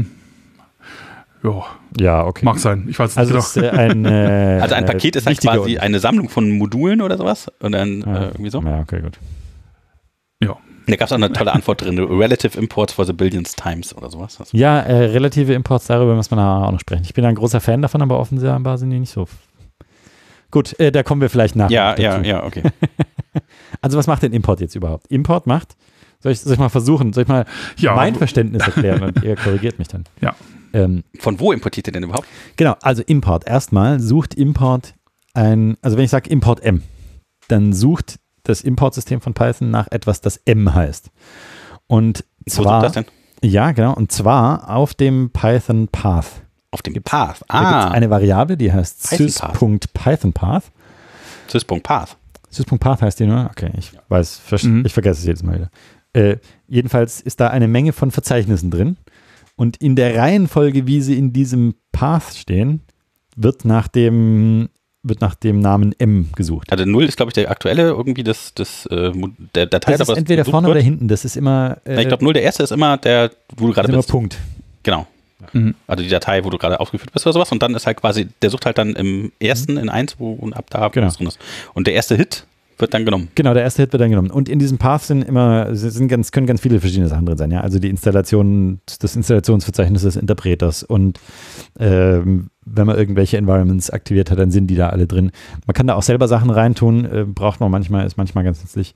Ja, okay. Mag sein. Ich weiß nicht also genau. Also ein Paket ist halt quasi eine Sammlung von Modulen oder sowas. Und dann irgendwie so. Ja, okay, gut. Ja. Da gab es auch eine tolle Antwort drin. Relative Imports for the Billions Times oder sowas. Ja, relative Imports, darüber muss man auch noch sprechen. Ich bin ein großer Fan davon, aber offensichtlich sind die nicht so. Gut, da kommen wir vielleicht nachher. Ja, okay. Also was macht denn Import jetzt überhaupt? Import macht, soll ich mal versuchen, soll ich mal mein Verständnis erklären und ihr korrigiert mich dann. Ja. Von wo importiert ihr denn überhaupt? Genau, also Import. Erstmal sucht Import also wenn ich sage Import M, dann sucht das Importsystem von Python nach etwas, das M heißt. Und zwar, wo sucht das denn? Ja, genau, und zwar auf dem Python Path. Auf dem Path. Da gibt es eine Variable, die heißt sys.pythonpath. Sys.path. Sys.path heißt die nur? Okay, ich weiß, ich vergesse es jedes Mal wieder. Jedenfalls ist da eine Menge von Verzeichnissen drin und in der Reihenfolge, wie sie in diesem Path stehen, wird nach dem Namen M gesucht. Also 0 ist, glaube ich, der aktuelle, irgendwie der Datei. Das ist entweder vorne oder hinten, das ist immer... ich glaube 0, der erste ist immer der, wo du gerade bist. Immer Punkt. Genau. Also die Datei, wo du gerade aufgeführt bist oder sowas und dann ist halt quasi, der sucht halt dann im ersten in 1, wo und ab da was drin ist. Und der erste Hit wird dann genommen. Genau, der erste Hit wird dann genommen. Und in diesem Path können ganz viele verschiedene Sachen drin sein. Ja? Also die Installation des Installationsverzeichnisses des Interpreters und wenn man irgendwelche Environments aktiviert hat, dann sind die da alle drin. Man kann da auch selber Sachen reintun, braucht man manchmal, ist manchmal ganz nützlich.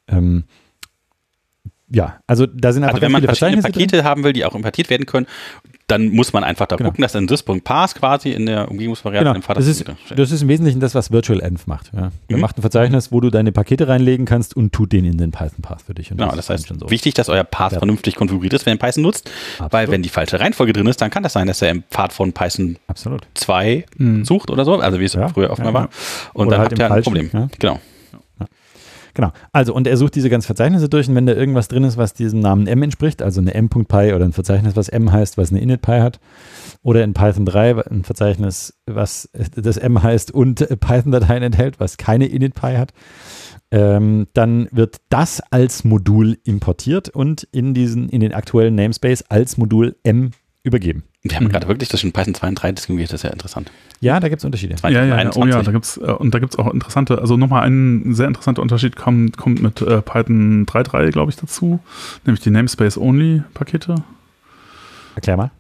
Ja, also da sind einfach wenn man verschiedene Pakete drin haben will, die auch importiert werden können, dann muss man einfach da gucken, dass in sys.path quasi in der Umgebungsvariante im Vater das ist im Wesentlichen das, was virtualenv macht. Ja. Der macht ein Verzeichnis, wo du deine Pakete reinlegen kannst und tut den in den Python-Path für dich. Und genau, das heißt, so wichtig, dass euer Path vernünftig konfiguriert ist, wenn ihr Python nutzt, weil wenn die falsche Reihenfolge drin ist, dann kann das sein, dass er im Pfad von Python 2 sucht oder so, also wie es früher oft mal war. Und oder dann habt ihr ein Problem. Ja. Genau. Also, und er sucht diese ganzen Verzeichnisse durch und wenn da irgendwas drin ist, was diesem Namen M entspricht, also eine m.py oder ein Verzeichnis, was M heißt, was eine init.py hat, oder in Python 3 ein Verzeichnis, was das M heißt und Python-Dateien enthält, was keine init.py hat, dann wird das als Modul importiert und in den aktuellen Namespace als Modul M übergeben. Wir haben gerade wirklich zwischen Python 2 und 3 diskutiert, das ist ja interessant. Ja, da gibt es Unterschiede. Da gibt es auch interessante, also nochmal ein sehr interessanter Unterschied kommt mit Python 3.3, glaube ich, dazu, nämlich die Namespace-Only-Pakete. Erklär mal.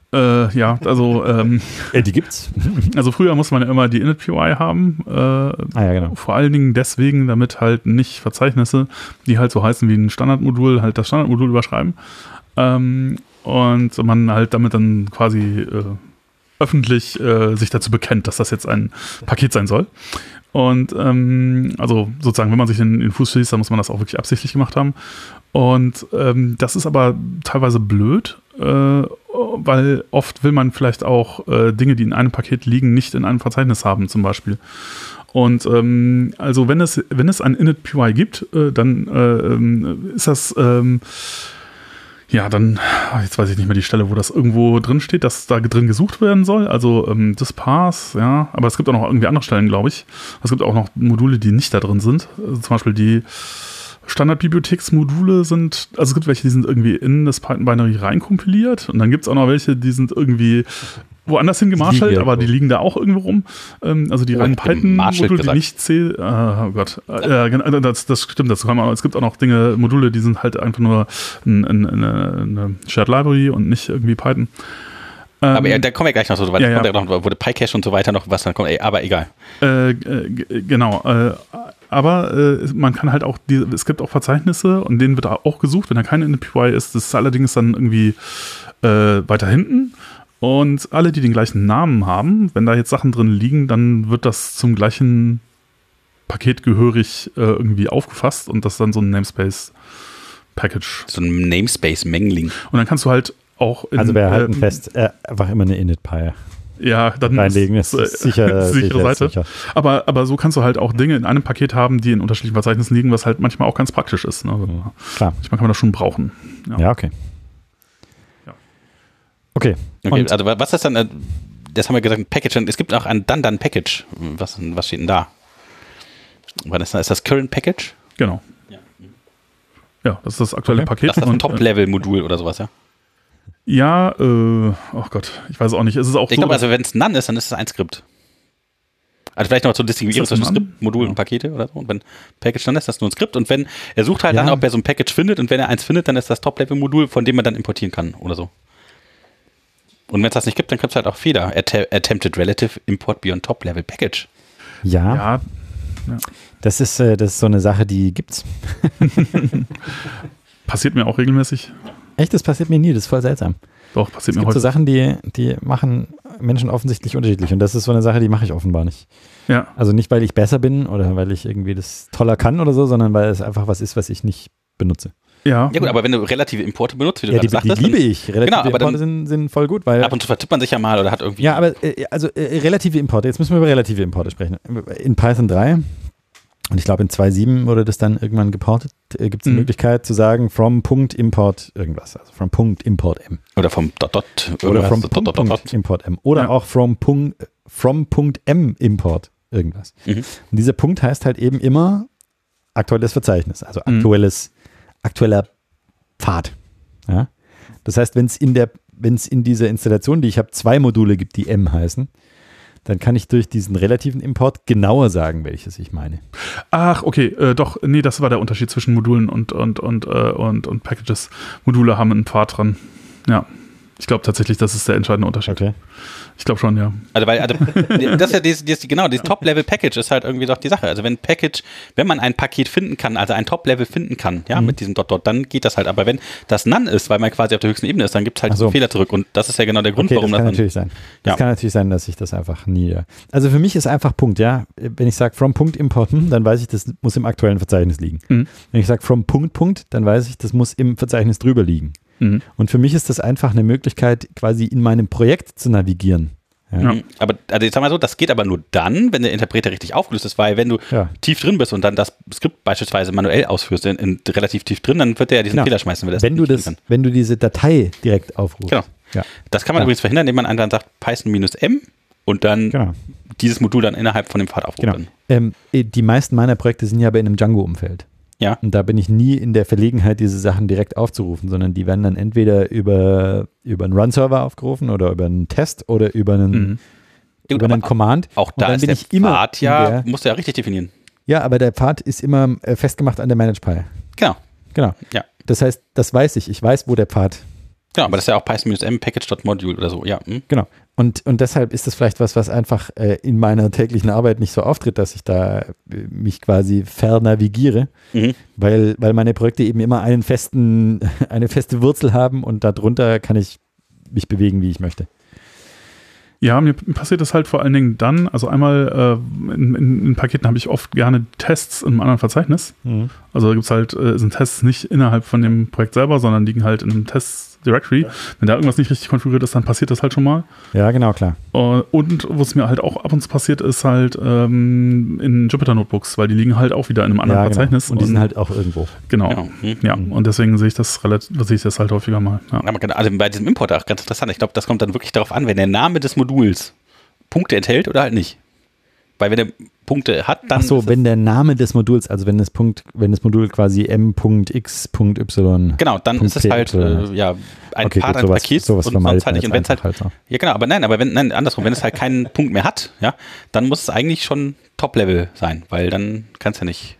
Die gibt's. Also früher musste man ja immer die init.py haben. Genau. Vor allen Dingen deswegen, damit halt nicht Verzeichnisse, die halt so heißen wie ein Standardmodul, halt das Standardmodul überschreiben. Und man halt damit dann quasi öffentlich sich dazu bekennt, dass das jetzt ein Paket sein soll. Und also sozusagen, wenn man sich in den Fuß schießt, dann muss man das auch wirklich absichtlich gemacht haben. Und das ist aber teilweise blöd, weil oft will man vielleicht auch Dinge, die in einem Paket liegen, nicht in einem Verzeichnis haben zum Beispiel. Und also wenn es ein init.py gibt, dann ist das dann, jetzt weiß ich nicht mehr die Stelle, wo das irgendwo drin steht, dass da drin gesucht werden soll. Also das Path, ja, aber es gibt auch noch irgendwie andere Stellen, glaube ich. Es gibt auch noch Module, die nicht da drin sind. Also zum Beispiel die Standardbibliotheksmodule sind, also es gibt welche, die sind irgendwie in das Python-Binary reinkompiliert und dann gibt es auch noch welche, die sind irgendwie woanders hin gemarschelt, aber die liegen da auch irgendwo rum. Also die reinen Python-Module, die nicht zählen. Oh Gott. Das stimmt. Es gibt auch noch Module, die sind halt einfach nur eine Shared Library und nicht irgendwie Python. Aber da kommen wir gleich noch so weit. Da kommt ja noch, wo der PyCache und so weiter noch was dann kommt. Aber egal. Genau. Aber man kann halt auch, es gibt auch Verzeichnisse und denen wird auch gesucht, wenn da keine init.py ist. Das ist allerdings dann irgendwie weiter hinten. Und alle, die den gleichen Namen haben, wenn da jetzt Sachen drin liegen, dann wird das zum gleichen Paket gehörig irgendwie aufgefasst und das ist dann so ein Namespace-Package. So ein Namespace-Mangling. Und dann kannst du halt auch also wir halten fest, einfach immer eine init.py. Ja, dann reinlegen ist sicher, sichere Seite. Sicher. Aber so kannst du halt auch Dinge in einem Paket haben, die in unterschiedlichen Verzeichnissen liegen, was halt manchmal auch ganz praktisch ist. Ne? Also klar. Manchmal kann man das schon brauchen. Ja, okay. Okay. Also was ist dann, das haben wir gesagt, ein Package, es gibt auch ein Done-Package. Was steht denn da? Ist das Current Package? Genau. Ja, das ist das aktuelle Paket. Das ist ein Top-Level-Modul oder sowas, ja? Ja, oh Gott, ich weiß auch nicht. Es ist auch ich glaube, also wenn es None ist, dann ist es ein Skript. Also vielleicht noch zu distinguieren zwischen Skript, Modul und Pakete oder so. Und wenn Package dann ist das nur ein Skript. Und wenn er sucht halt dann, ob er so ein Package findet. Und wenn er eins findet, dann ist das Top-Level-Modul, von dem man dann importieren kann oder so. Und wenn es das nicht gibt, dann gibt es halt auch Fehler. Attempted Relative Import Beyond Top Level Package. Ja. Ja. Das ist so eine Sache, die gibt's. Passiert mir auch regelmäßig. Echt, das passiert mir nie, das ist voll seltsam. Doch, passiert Es mir gibt so häufig. Sachen, die machen Menschen offensichtlich unterschiedlich und das ist so eine Sache, die mache ich offenbar nicht. Ja. Also nicht, weil ich besser bin oder weil ich irgendwie das toller kann oder so, sondern weil es einfach was ist, was ich nicht benutze. Ja. Ja gut, aber wenn du relative Importe benutzt, wie du Ja, gerade die sagtest, liebe ich. Relative Genau, aber Importe sind voll gut, weil ab und zu vertippt man sich ja mal oder hat irgendwie... ja, aber relative Importe, jetzt müssen wir über relative Importe sprechen. In Python 3 und ich glaube in 2.7 wurde das dann irgendwann geportet, gibt es die Möglichkeit zu sagen from Punkt Import irgendwas, also from Punkt Import M. Oder vom Dot Oder from Dot. Punkt Import M. Oder auch from Punkt M Import irgendwas. Mhm. Und dieser Punkt heißt halt eben immer aktuelles Verzeichnis, also aktueller Pfad. Ja? Das heißt, wenn es in dieser Installation, die ich habe, 2 Module gibt, die M heißen, dann kann ich durch diesen relativen Import genauer sagen, welches ich meine. Ach, okay, doch, nee, das war der Unterschied zwischen Modulen und Packages. Module haben einen Pfad dran. Ja, ich glaube tatsächlich, das ist der entscheidende Unterschied. Okay. Ich glaube schon, ja. Also das ist ja genau, dieses Top-Level-Package ist halt irgendwie doch die Sache. Also wenn man ein Paket finden kann, also ein Top-Level finden kann, ja, mit diesem Dot, dann geht das halt. Aber wenn das None ist, weil man quasi auf der höchsten Ebene ist, dann gibt es halt diesen Fehler zurück. Und das ist ja genau der Grund, warum das kann das natürlich sein. Das Ja. kann natürlich sein, dass ich das einfach nie. Also für mich ist einfach Punkt, ja. Wenn ich sage from Punkt importen, dann weiß ich, das muss im aktuellen Verzeichnis liegen. Mhm. Wenn ich sage from Punkt, dann weiß ich, das muss im Verzeichnis drüber liegen. Mhm. Und für mich ist das einfach eine Möglichkeit, quasi in meinem Projekt zu navigieren. Ja. Aber also jetzt sag mal so, das geht aber nur dann, wenn der Interpreter richtig aufgelöst ist, weil wenn du tief drin bist und dann das Skript beispielsweise manuell ausführst, in relativ tief drin, dann wird der ja diesen Fehler schmeißen. Weil das wenn du diese Datei direkt aufrufst. Genau. Ja. Das kann man übrigens verhindern, indem man einfach sagt Python-M und dann dieses Modul dann innerhalb von dem Pfad aufruft. Genau. Die meisten meiner Projekte sind ja aber in einem Django-Umfeld. Ja. Und da bin ich nie in der Verlegenheit, diese Sachen direkt aufzurufen, sondern die werden dann entweder über einen Run-Server aufgerufen oder über einen Test oder über einen, Command. Auch da ist der Pfad musst du ja richtig definieren. Ja, aber der Pfad ist immer festgemacht an der Manage-Pile. Genau. Ja. Das heißt, das weiß ich. Ich weiß, wo der Pfad. Genau, aber das ist ja auch Python-M Package.module oder so, ja. Genau. Und deshalb ist das vielleicht was einfach in meiner täglichen Arbeit nicht so auftritt, dass ich da mich quasi vernavigiere, weil meine Projekte eben immer eine feste Wurzel haben und darunter kann ich mich bewegen, wie ich möchte. Ja, mir passiert das halt vor allen Dingen dann, also einmal in Paketen habe ich oft gerne Tests in einem anderen Verzeichnis. Also da gibt es halt, sind Tests nicht innerhalb von dem Projekt selber, sondern liegen halt in einem Test-Directory. Wenn da irgendwas nicht richtig konfiguriert ist, dann passiert das halt schon mal. Ja, genau, klar. Und wo es mir halt auch ab und zu passiert, ist halt in Jupyter-Notebooks, weil die liegen halt auch wieder in einem anderen Verzeichnis. Und die sind halt auch irgendwo. Genau. Ja, und deswegen sehe ich das halt häufiger mal. Ja. Also bei diesem Import auch ganz interessant. Ich glaube, das kommt dann wirklich darauf an, wenn der Name des Moduls Punkte enthält oder halt nicht. Weil wenn er Punkte hat, dann. Achso, wenn der Name des Moduls, also wenn das Modul quasi m.x.y. Genau, dann ist es halt ein Part eines Pakets und sonst halt nicht. Und wenn es halt. Ja, genau, aber andersrum, wenn es halt keinen Punkt mehr hat, ja, dann muss es eigentlich schon Top-Level sein, weil dann kann es ja nicht.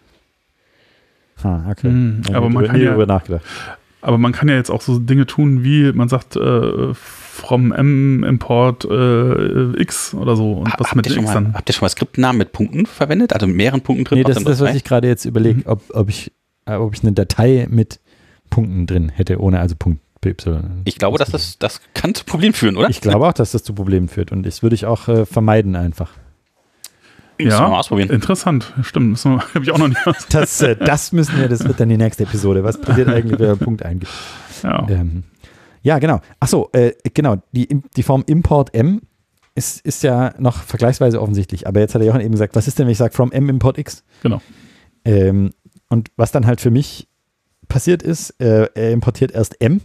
Okay. Aber man kann darüber nachgedacht. Aber man kann ja jetzt auch so Dinge tun, wie man sagt, from M-Import X oder so. Und was mit X dann? Habt ihr schon mal Skriptnamen mit Punkten verwendet? Also mit mehreren Punkten drin? Nee, das ist das, was ich gerade jetzt überlege, ob ich eine Datei mit Punkten drin hätte, ohne also Punkt PY. Ich glaube, das kann zu Problemen führen, oder? Ich glaube auch, dass das zu Problemen führt und das würde ich auch vermeiden einfach. Müssen wir mal ausprobieren. Interessant, stimmt. Habe ich auch noch nicht ausprobiert. Das wird dann die nächste Episode. Was passiert eigentlich, wenn man Punkt eingibt? Ja, genau. Achso, genau. Die Form Import M ist ja noch vergleichsweise offensichtlich. Aber jetzt hat der Johann eben gesagt, was ist denn, wenn ich sage from M Import X? Genau. Und was dann halt für mich passiert ist, er importiert erst M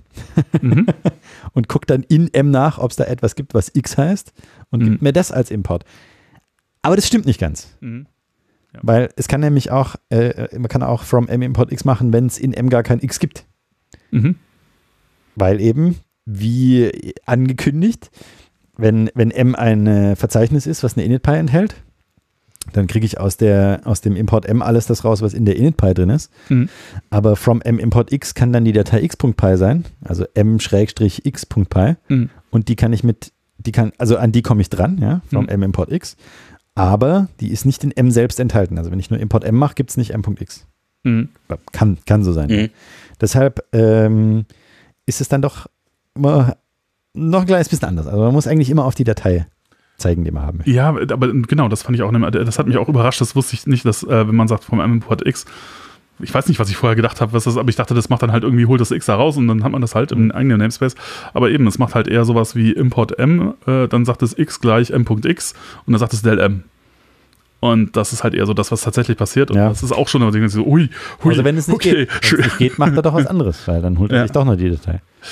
und guckt dann in M nach, ob es da etwas gibt, was X heißt und gibt mir das als Import. Aber das stimmt nicht ganz. Ja. Weil es kann nämlich auch, man kann auch from M Import X machen, wenn es in M gar kein X gibt. Weil eben, wie angekündigt, wenn M ein Verzeichnis ist, was eine Init-Py enthält, dann kriege ich aus dem Import M alles das raus, was in der Init-Py drin ist. Aber from M Import X kann dann die Datei x.py sein, also m-x.py. Und die kann ich also an die komme ich dran, ja, from M Import X. aber die ist nicht in M selbst enthalten. Also wenn ich nur Import M mache, gibt es nicht M.x. Kann so sein. Deshalb ist es dann doch immer noch ein kleines bisschen anders. Also man muss eigentlich immer auf die Datei zeigen, die man haben möchte. Ja, aber genau, das fand ich auch, das hat mich auch überrascht. Das wusste ich nicht, dass, wenn man sagt vom Import X, ich weiß nicht, was ich vorher gedacht habe, aber ich dachte, das macht dann halt irgendwie, holt das X da raus und dann hat man das halt im eigenen Namespace. Aber eben, es macht halt eher sowas wie Import M, dann sagt es X gleich M.x und dann sagt es del M. Und das ist halt eher so das, was tatsächlich passiert. Und das ist auch schon immer so, ui. Also wenn es nicht geht, macht er doch was anderes, weil dann holt er sich doch noch und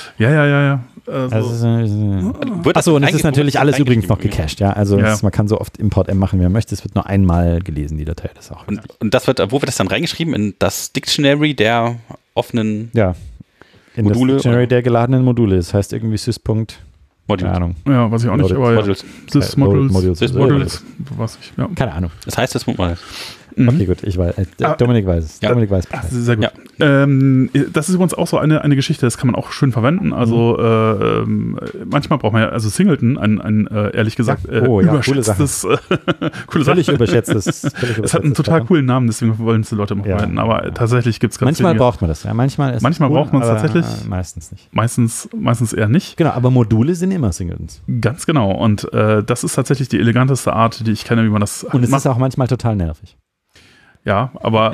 es ist natürlich alles übrigens noch gecached, ja. Also man kann so oft Import M machen, wie man möchte. Es wird nur einmal gelesen, die Datei. Das auch. Und das wird, wo wird das dann reingeschrieben? In das Dictionary der offenen Module? Das Dictionary der geladenen Module. Das heißt irgendwie sys. Keine Ahnung. Ja, weiß ich auch nicht, aber Modules. Sys-Modules. Was ich, ja. Keine Ahnung. Das heißt Sys-Modules. Okay, gut, ich weiß. Dominik weiß es. Ja. Dominik weiß es. Sehr gut. Ja. Das ist übrigens auch so eine Geschichte, das kann man auch schön verwenden. Also manchmal braucht man ja, also Singleton, ehrlich gesagt, überschätztes, coole Sache. Völlig überschätztes. Es hat einen total coolen Namen, deswegen wollen es die Leute immer verwenden. Aber tatsächlich gibt es ganz Manchmal braucht man das, ja. Manchmal braucht man es tatsächlich. Meistens nicht. Meistens eher nicht. Genau, aber Module sind immer Singletons. Ganz genau. Und das ist tatsächlich die eleganteste Art, die ich kenne, wie man das macht. Und es ist auch manchmal total nervig. Ja, aber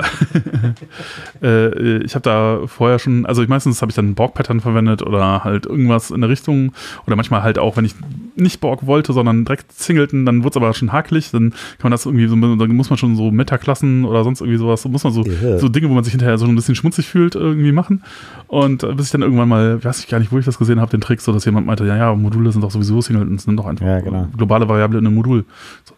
ich habe da vorher schon, meistens habe ich dann ein Borg-Pattern verwendet oder halt irgendwas in der Richtung oder manchmal halt auch, wenn ich nicht Borg wollte, sondern direkt Singleton, dann wurde es aber schon hakelig, dann kann man das irgendwie so, dann muss man schon so Metaklassen oder sonst irgendwie sowas, muss man so Dinge, wo man sich hinterher so ein bisschen schmutzig fühlt, irgendwie machen. Und bis ich dann irgendwann mal, weiß ich gar nicht, wo ich das gesehen habe, den Trick, so dass jemand meinte, ja, Module sind doch sowieso Singletons, sind doch einfach globale Variable in einem Modul. So.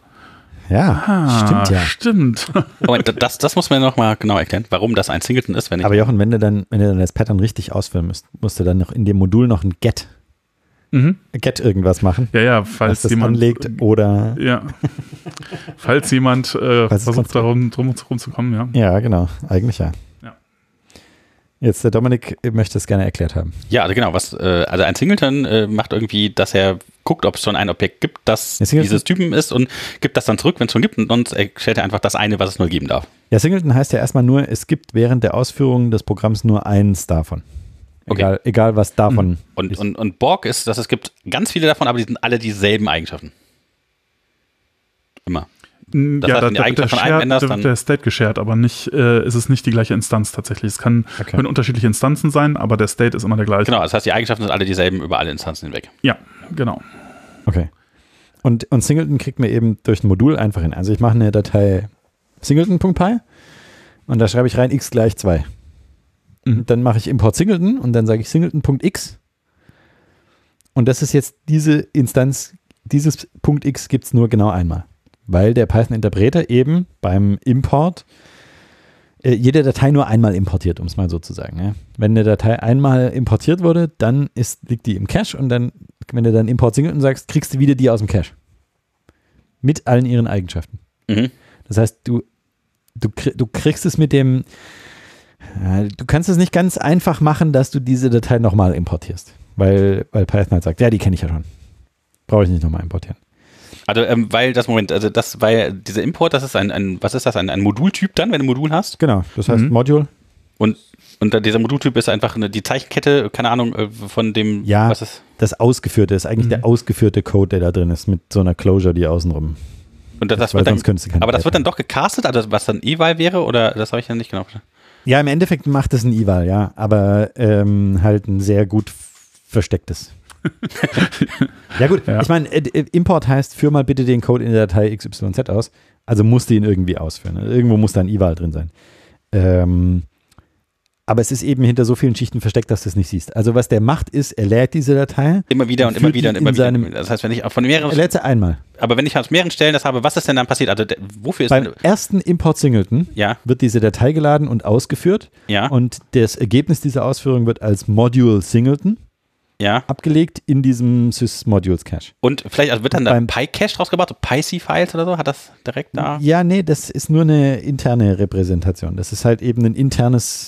Ja, stimmt. Moment, das muss man nochmal genau erklären, warum das ein Singleton ist. Aber Jochen, wenn du dann das Pattern richtig ausführen musst du dann noch in dem Modul noch ein Get. Get irgendwas machen. Ja, falls das jemand anlegt oder. Ja. Falls jemand versucht, drum zu kommen, ja. Ja, genau. Eigentlich ja. Jetzt, der Dominik möchte es gerne erklärt haben. Ja, also genau, also ein Singleton macht irgendwie, dass er guckt, ob es schon ein Objekt gibt, das dieses Typen ist und gibt das dann zurück, wenn es schon gibt und sonst stellt er einfach das eine, was es nur geben darf. Ja, Singleton heißt ja erstmal nur, es gibt während der Ausführung des Programms nur eins davon. Okay. Egal was davon ist. Und Borg ist, dass es gibt ganz viele davon, aber die sind alle dieselben Eigenschaften. Immer. Das heißt, wenn die Eigenschaft von einem änderst, dann wird der State geshared, aber nicht, ist es nicht die gleiche Instanz tatsächlich. Es können unterschiedliche Instanzen sein, aber der State ist immer der gleiche. Genau, das heißt, die Eigenschaften sind alle dieselben über alle Instanzen hinweg. Ja, genau. Okay. Und Singleton kriegt mir eben durch ein Modul einfach hin. Also ich mache eine Datei singleton.py und da schreibe ich rein x gleich 2. Dann mache ich Import Singleton und dann sage ich singleton.x und das ist jetzt diese Instanz, dieses .x gibt es nur genau einmal. Weil der Python-Interpreter eben beim Import jede Datei nur einmal importiert, um es mal so zu sagen. Ja. Wenn eine Datei einmal importiert wurde, dann liegt die im Cache und dann, wenn du dann Import Singleton sagst, kriegst du wieder die aus dem Cache. Mit allen ihren Eigenschaften. Das heißt, du kriegst es mit dem, du kannst es nicht ganz einfach machen, dass du diese Datei nochmal importierst. Weil Python halt sagt, ja, die kenne ich ja schon. Brauche ich nicht nochmal importieren. Also, weil dieser Import, das ist was ist das, ein Modultyp dann, wenn du ein Modul hast? Genau, das heißt Module. Und dieser Modultyp ist einfach die Zeichenkette, keine Ahnung, von dem, was ist? Das Ausgeführte ist eigentlich der ausgeführte Code, der da drin ist, mit so einer Closure, die außenrum. Und das wird dann, aber das wird dann doch gecastet, also was dann eval wäre, oder das habe ich dann nicht genau verstanden? Ja, im Endeffekt macht es ein eval, ja, aber halt ein sehr gut verstecktes. Ja gut, ich meine, Import heißt, führ mal bitte den Code in der Datei XYZ aus, also musst du ihn irgendwie ausführen. Irgendwo muss da ein eval drin sein. Aber es ist eben hinter so vielen Schichten versteckt, dass du es nicht siehst. Also was der macht ist, er lädt diese Datei. Immer wieder und immer wieder. Das heißt, wenn ich von mehreren... Er lädt sie einmal. Aber wenn ich aus mehreren Stellen das habe, was ist denn dann passiert? Also wofür ist beim ersten Import Singleton wird diese Datei geladen und ausgeführt. Ja. Und das Ergebnis dieser Ausführung wird als Module Singleton abgelegt in diesem Sys-Modules-Cache. Und vielleicht wird dann da PyCache draus gebaut, so PyC-Files oder so? Hat das direkt da? Ja, nee, das ist nur eine interne Repräsentation. Das ist halt eben ein internes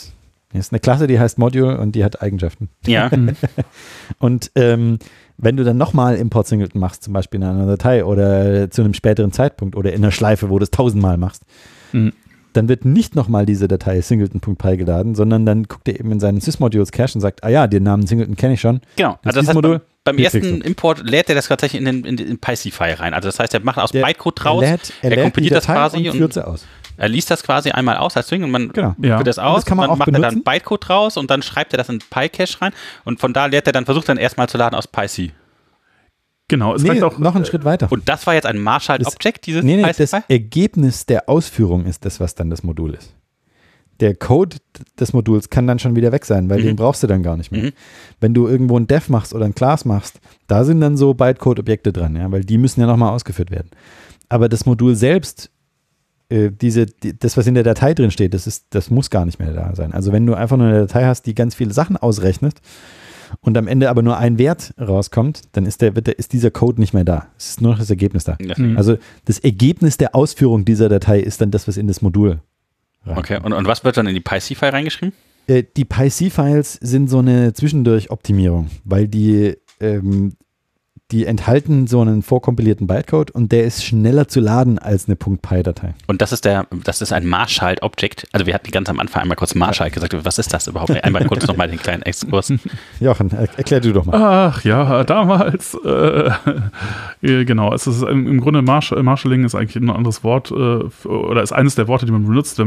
Das ist eine Klasse, die heißt Module und die hat Eigenschaften. Ja. Und wenn du dann nochmal Import Singleton machst, zum Beispiel in einer Datei oder zu einem späteren Zeitpunkt oder in einer Schleife, wo du es 1000-mal machst, dann wird nicht nochmal diese Datei singleton.py geladen, sondern dann guckt er eben in seinen Sysmodules Cache und sagt, den Namen Singleton kenne ich schon. Genau, also das heißt, beim ersten Import lädt er das tatsächlich in den PyC-File rein. Also das heißt, er macht aus Bytecode raus, er kompiliert das quasi und führt sie aus. Er liest das quasi einmal aus als String und man führt das aus, das kann man dann auch macht benutzen. er dann Bytecode raus und dann schreibt er das in PyCache rein und von da versucht dann erstmal zu laden aus PyC. Genau, es reicht auch noch einen Schritt weiter. Und das war jetzt ein Marshall-Object, dieses das Ergebnis der Ausführung ist das, was dann das Modul ist. Der Code des Moduls kann dann schon wieder weg sein, weil den brauchst du dann gar nicht mehr. Wenn du irgendwo ein Dev machst oder ein Class machst, da sind dann so Bytecode-Objekte dran, ja, weil die müssen ja nochmal ausgeführt werden. Aber das Modul selbst, das, was in der Datei drin steht, das muss gar nicht mehr da sein. Also wenn du einfach nur eine Datei hast, die ganz viele Sachen ausrechnet und am Ende aber nur ein Wert rauskommt, dann ist dieser Code nicht mehr da. Es ist nur noch das Ergebnis da. Also das Ergebnis der Ausführung dieser Datei ist dann das, was in das Modul reinkommt. Okay, und was wird dann in die PyC-File reingeschrieben? Die PyC-Files sind so eine Zwischendurch-Optimierung, weil die enthalten so einen vorkompilierten Bytecode und der ist schneller zu laden als eine .py-Datei. Und das ist ein Marshall-Object. Also wir hatten ganz am Anfang einmal kurz Marshall gesagt. Was ist das überhaupt? Einmal kurz nochmal den kleinen Exkurs. Jochen, erklär du doch mal. Ach ja, damals. Genau, es ist im Grunde Marshalling ist eigentlich ein anderes Wort oder ist eines der Worte, die man benutzt, wenn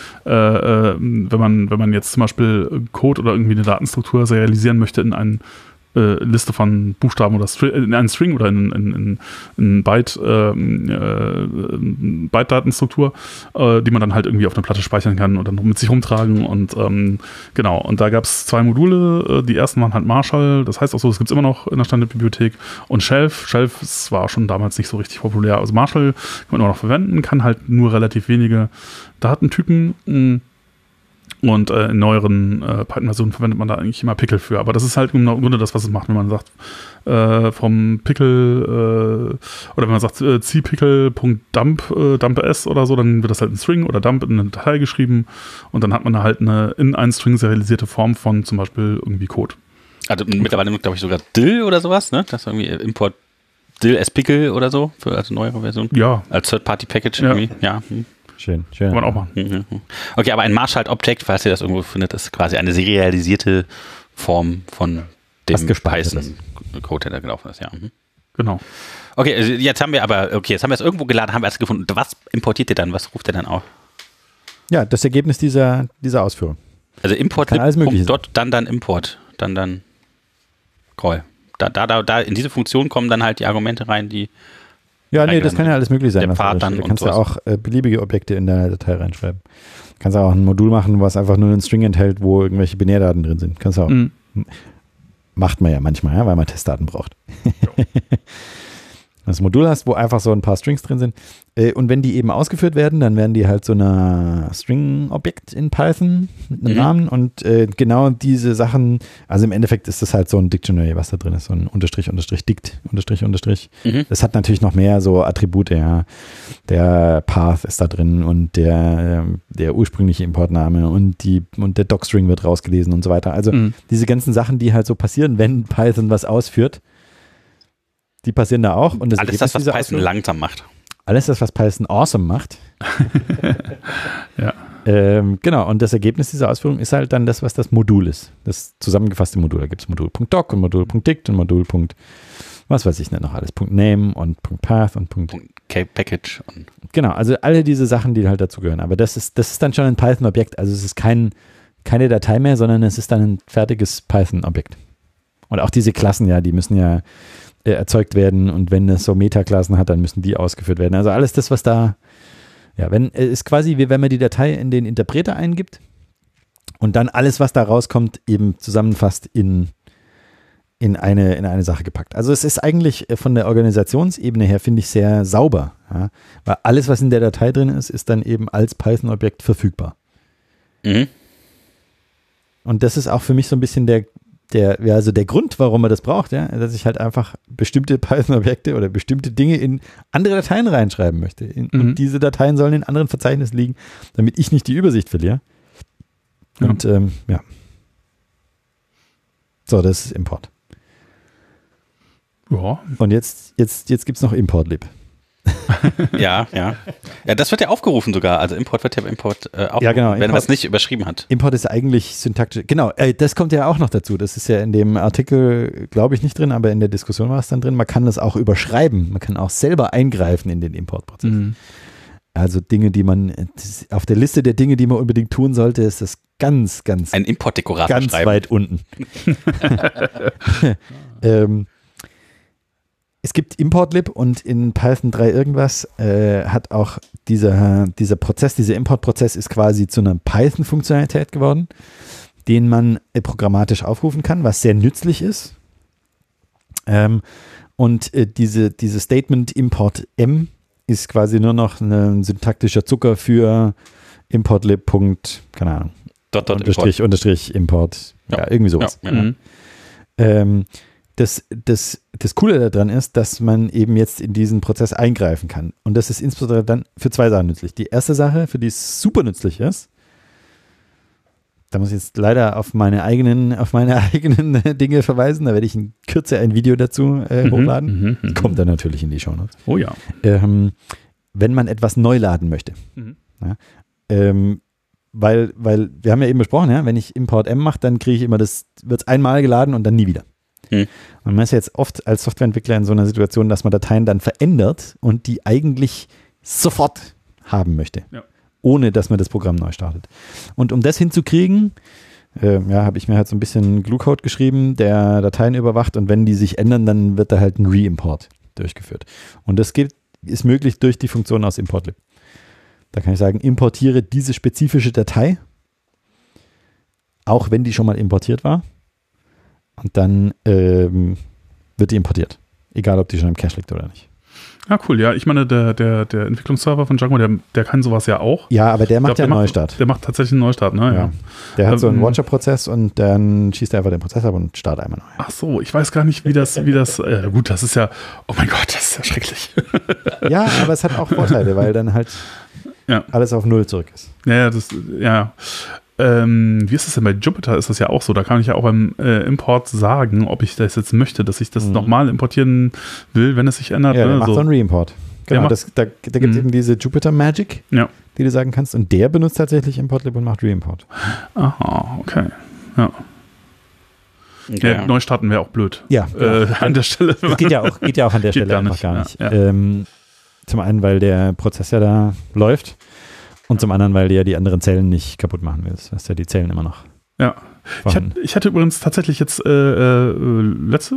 man jetzt zum Beispiel Code oder irgendwie eine Datenstruktur serialisieren möchte in einen Liste von Buchstaben oder in einen String oder in Byte-Datenstruktur, die man dann halt irgendwie auf einer Platte speichern kann und dann mit sich rumtragen und genau. Und da gab es 2 Module. Die ersten waren halt Marshall, das heißt auch so, das gibt es immer noch in der Standardbibliothek, und Shelf. Shelf war schon damals nicht so richtig populär. Also Marshall kann man immer noch verwenden, kann halt nur relativ wenige Datentypen. Und in neueren Python-Versionen verwendet man da eigentlich immer Pickle für. Aber das ist halt im Grunde das, was es macht, wenn man sagt, vom Pickle oder wenn man sagt, cpickle.dump oder so, dann wird das halt ein String oder dump in eine Datei geschrieben und dann hat man da halt eine in einen String serialisierte Form von zum Beispiel irgendwie Code. Also mittlerweile glaube ich sogar Dill oder sowas, ne? Das ist irgendwie Import Dill as Pickle oder so, als neuere Version. Ja. Als Third-Party-Package irgendwie, ja. Schön. Kann man auch machen. Okay, aber ein Marshall-Object, falls ihr das irgendwo findet, ist quasi eine serialisierte Form von dem Python-Code, der da gelaufen ist, ja. Genau. Okay, jetzt haben wir es irgendwo geladen, haben wir es gefunden. Was importiert ihr dann? Was ruft ihr dann auf? Ja, das Ergebnis dieser Ausführung. Also Import, dann Import, dann Call. Da in diese Funktion kommen dann halt die Argumente rein, die ja, nee, das kann ja alles möglich sein. Der Pfad dann du kannst ja auch beliebige Objekte in deiner Datei reinschreiben. Du kannst auch ein Modul machen, was einfach nur einen String enthält, wo irgendwelche Binärdaten drin sind. Kannst du auch. Macht man ja manchmal, ja, weil man Testdaten braucht. Das Modul hast, wo einfach so ein paar Strings drin sind. Und wenn die eben ausgeführt werden, dann werden die halt so ein String-Objekt in Python mit einem Namen und genau diese Sachen, also im Endeffekt ist das halt so ein Dictionary, was da drin ist, so ein Unterstrich, Dict, Unterstrich. Das hat natürlich noch mehr so Attribute, ja. Der Path ist da drin und der ursprüngliche Importname und der Docstring wird rausgelesen und so weiter. Also diese ganzen Sachen, die halt so passieren, wenn Python was ausführt, die passieren da auch. Und alles das, was Python langsam macht. Alles das, was Python awesome macht. Ja. Genau, und das Ergebnis dieser Ausführung ist halt dann das, was das Modul ist. Das zusammengefasste Modul. Da gibt es Modul.doc und Modul.dict und Modul. Was weiß ich nicht noch alles. .name und .path und .package. Genau, also alle diese Sachen, die halt dazugehören. Aber das ist dann schon ein Python-Objekt. Also es ist keine Datei mehr, sondern es ist dann ein fertiges Python-Objekt. Und auch diese Klassen, ja, die müssen ja erzeugt werden und wenn es so Metaklassen hat, dann müssen die ausgeführt werden. Also alles das, was da, ja, ist quasi wie wenn man die Datei in den Interpreter eingibt und dann alles, was da rauskommt, eben zusammenfasst in eine Sache gepackt. Also es ist eigentlich von der Organisationsebene her, finde ich, sehr sauber, ja? Weil alles, was in der Datei drin ist, ist dann eben als Python-Objekt verfügbar. Und das ist auch für mich so ein bisschen der Grund, warum man das braucht, ja, dass ich halt einfach bestimmte Python-Objekte oder bestimmte Dinge in andere Dateien reinschreiben möchte. Und diese Dateien sollen in anderen Verzeichnissen liegen, damit ich nicht die Übersicht verliere. Und ja. So, das ist Import. Ja. Und jetzt gibt es noch Importlib. Ja. Ja, das wird ja aufgerufen sogar. Also Import wird ja aufgerufen, Ja, genau. wenn man es nicht überschrieben hat. Import ist eigentlich syntaktisch. Genau, das kommt ja auch noch dazu. Das ist ja in dem Artikel, glaube ich, nicht drin, aber in der Diskussion war es dann drin. Man kann das auch überschreiben. Man kann auch selber eingreifen in den Importprozess. Mhm. Also Dinge, die man auf der Liste der Dinge, die man unbedingt tun sollte, ist das ganz ein Importdekorator ganz schreiben. weit unten. Es gibt Importlib und in Python 3 irgendwas hat auch dieser Prozess, dieser Importprozess ist quasi zu einer Python-Funktionalität geworden, den man programmatisch aufrufen kann, was sehr nützlich ist. Und diese Statement Import M ist quasi nur noch ein syntaktischer Zucker für Importlib. Keine Ahnung. Unterstrich Import. Ja, irgendwie sowas. Ja. Mhm. Das Coole daran ist, dass man eben jetzt in diesen Prozess eingreifen kann. Und das ist insbesondere dann für zwei Sachen nützlich. Die erste Sache, für die es super nützlich ist, da muss ich jetzt leider auf meine eigenen Dinge verweisen. Da werde ich in Kürze ein Video dazu hochladen. Kommt dann natürlich in die Shownotes. Oh ja. Wenn man etwas neu laden möchte. Mhm. Ja, weil wir haben ja eben besprochen, ja, wenn ich Import M mache, dann kriege ich immer wird es einmal geladen und dann nie wieder. Und man ist jetzt oft als Softwareentwickler in so einer Situation, dass man Dateien dann verändert und die eigentlich sofort haben möchte, ohne dass man das Programm neu startet. Und um das hinzukriegen, habe ich mir halt so ein bisschen Glue-Code geschrieben, der Dateien überwacht und wenn die sich ändern, dann wird da halt ein Re-Import durchgeführt. Und das ist möglich durch die Funktion aus Importlib. Da kann ich sagen, importiere diese spezifische Datei, auch wenn die schon mal importiert war. Und dann wird die importiert. Egal, ob die schon im Cache liegt oder nicht. Ja, cool. Ja, ich meine, der Entwicklungsserver von Django, der kann sowas ja auch. Ja, aber der macht ja einen Neustart. Der macht tatsächlich einen Neustart, ne? Ja. Der hat so einen Watcher-Prozess und dann schießt er einfach den Prozess ab und startet einmal neu. Ach so, ich weiß gar nicht, wie das gut, das ist ja, oh mein Gott, das ist ja schrecklich. Ja, aber es hat auch Vorteile, weil dann halt alles auf Null zurück ist. Ja. Wie ist das denn bei Jupyter? Ist das ja auch so. Da kann ich ja auch beim Import sagen, ob ich das jetzt möchte, dass ich das nochmal importieren will, wenn es sich ändert. Ja, der macht so einen Reimport. Genau, da gibt es eben diese Jupyter Magic, die du sagen kannst. Und der benutzt tatsächlich Importlib und macht Reimport. Aha, okay. Ja. Okay. Ja, Neustarten wäre auch blöd. Ja. An der Stelle. Das geht ja auch an der Stelle einfach gar nicht. Ja. Zum einen, weil der Prozess ja da läuft. Und zum anderen, weil du ja die anderen Zellen nicht kaputt machen willst. Du hast ja die Zellen immer noch. Ja. Ich hatte übrigens tatsächlich jetzt letzte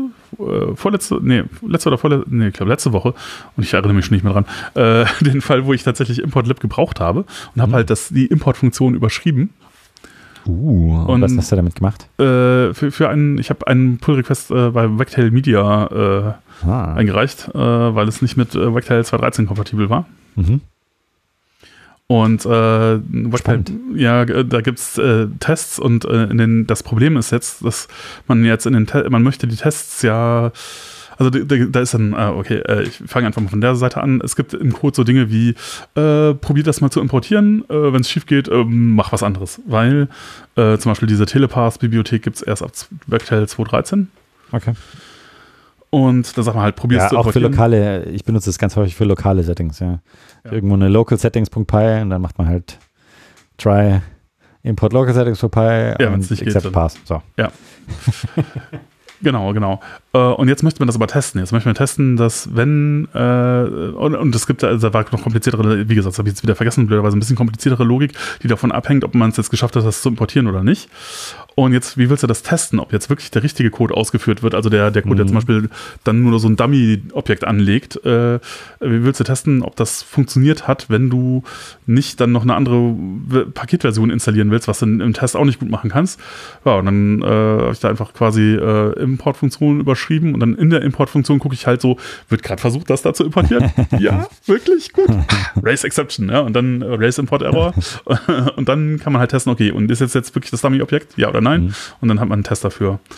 Woche, und ich erinnere mich schon nicht mehr dran, den Fall, wo ich tatsächlich Importlib gebraucht habe und habe halt die Importfunktion überschrieben. Und was hast du damit gemacht? Ich habe einen Pull-Request bei Wagtail Media eingereicht, weil es nicht mit Wagtail 2.13 kompatibel war. Mhm. Und da gibt es Tests und das Problem ist jetzt, dass man jetzt man möchte die Tests also da ist dann, ich fange einfach mal von der Seite an. Es gibt im Code so Dinge wie, probier das mal zu importieren, wenn es schief geht, mach was anderes. Weil zum Beispiel diese Telepath-Bibliothek gibt es erst ab Wagtail 2.13. Okay. Und da sagt man halt, probierst du auch für lokale, ich benutze das ganz häufig für lokale Settings, Irgendwo eine local settings.py und dann macht man halt try import local settings.py und accept pass. So. Ja. Genau. Und jetzt möchte man das aber testen. Jetzt möchte man testen, dass wenn und es gibt da war noch kompliziertere, wie gesagt, das habe ich jetzt wieder vergessen, blöderweise ein bisschen kompliziertere Logik, die davon abhängt, ob man es jetzt geschafft hat, das zu importieren oder nicht. Und jetzt, wie willst du das testen, ob jetzt wirklich der richtige Code ausgeführt wird, also der Code, der zum Beispiel dann nur so ein Dummy-Objekt anlegt, wie willst du testen, ob das funktioniert hat, wenn du nicht dann noch eine andere Paketversion installieren willst, was du im Test auch nicht gut machen kannst. Ja, und dann habe ich da einfach quasi Importfunktion überschrieben und dann in der Importfunktion gucke ich halt so, wird gerade versucht, das da zu importieren? Ja, wirklich? Gut. Raise Exception, und dann Raise Import Error und dann kann man halt testen, okay, und ist jetzt wirklich das Dummy-Objekt? Ja oder nein? Und dann hat man einen Test dafür.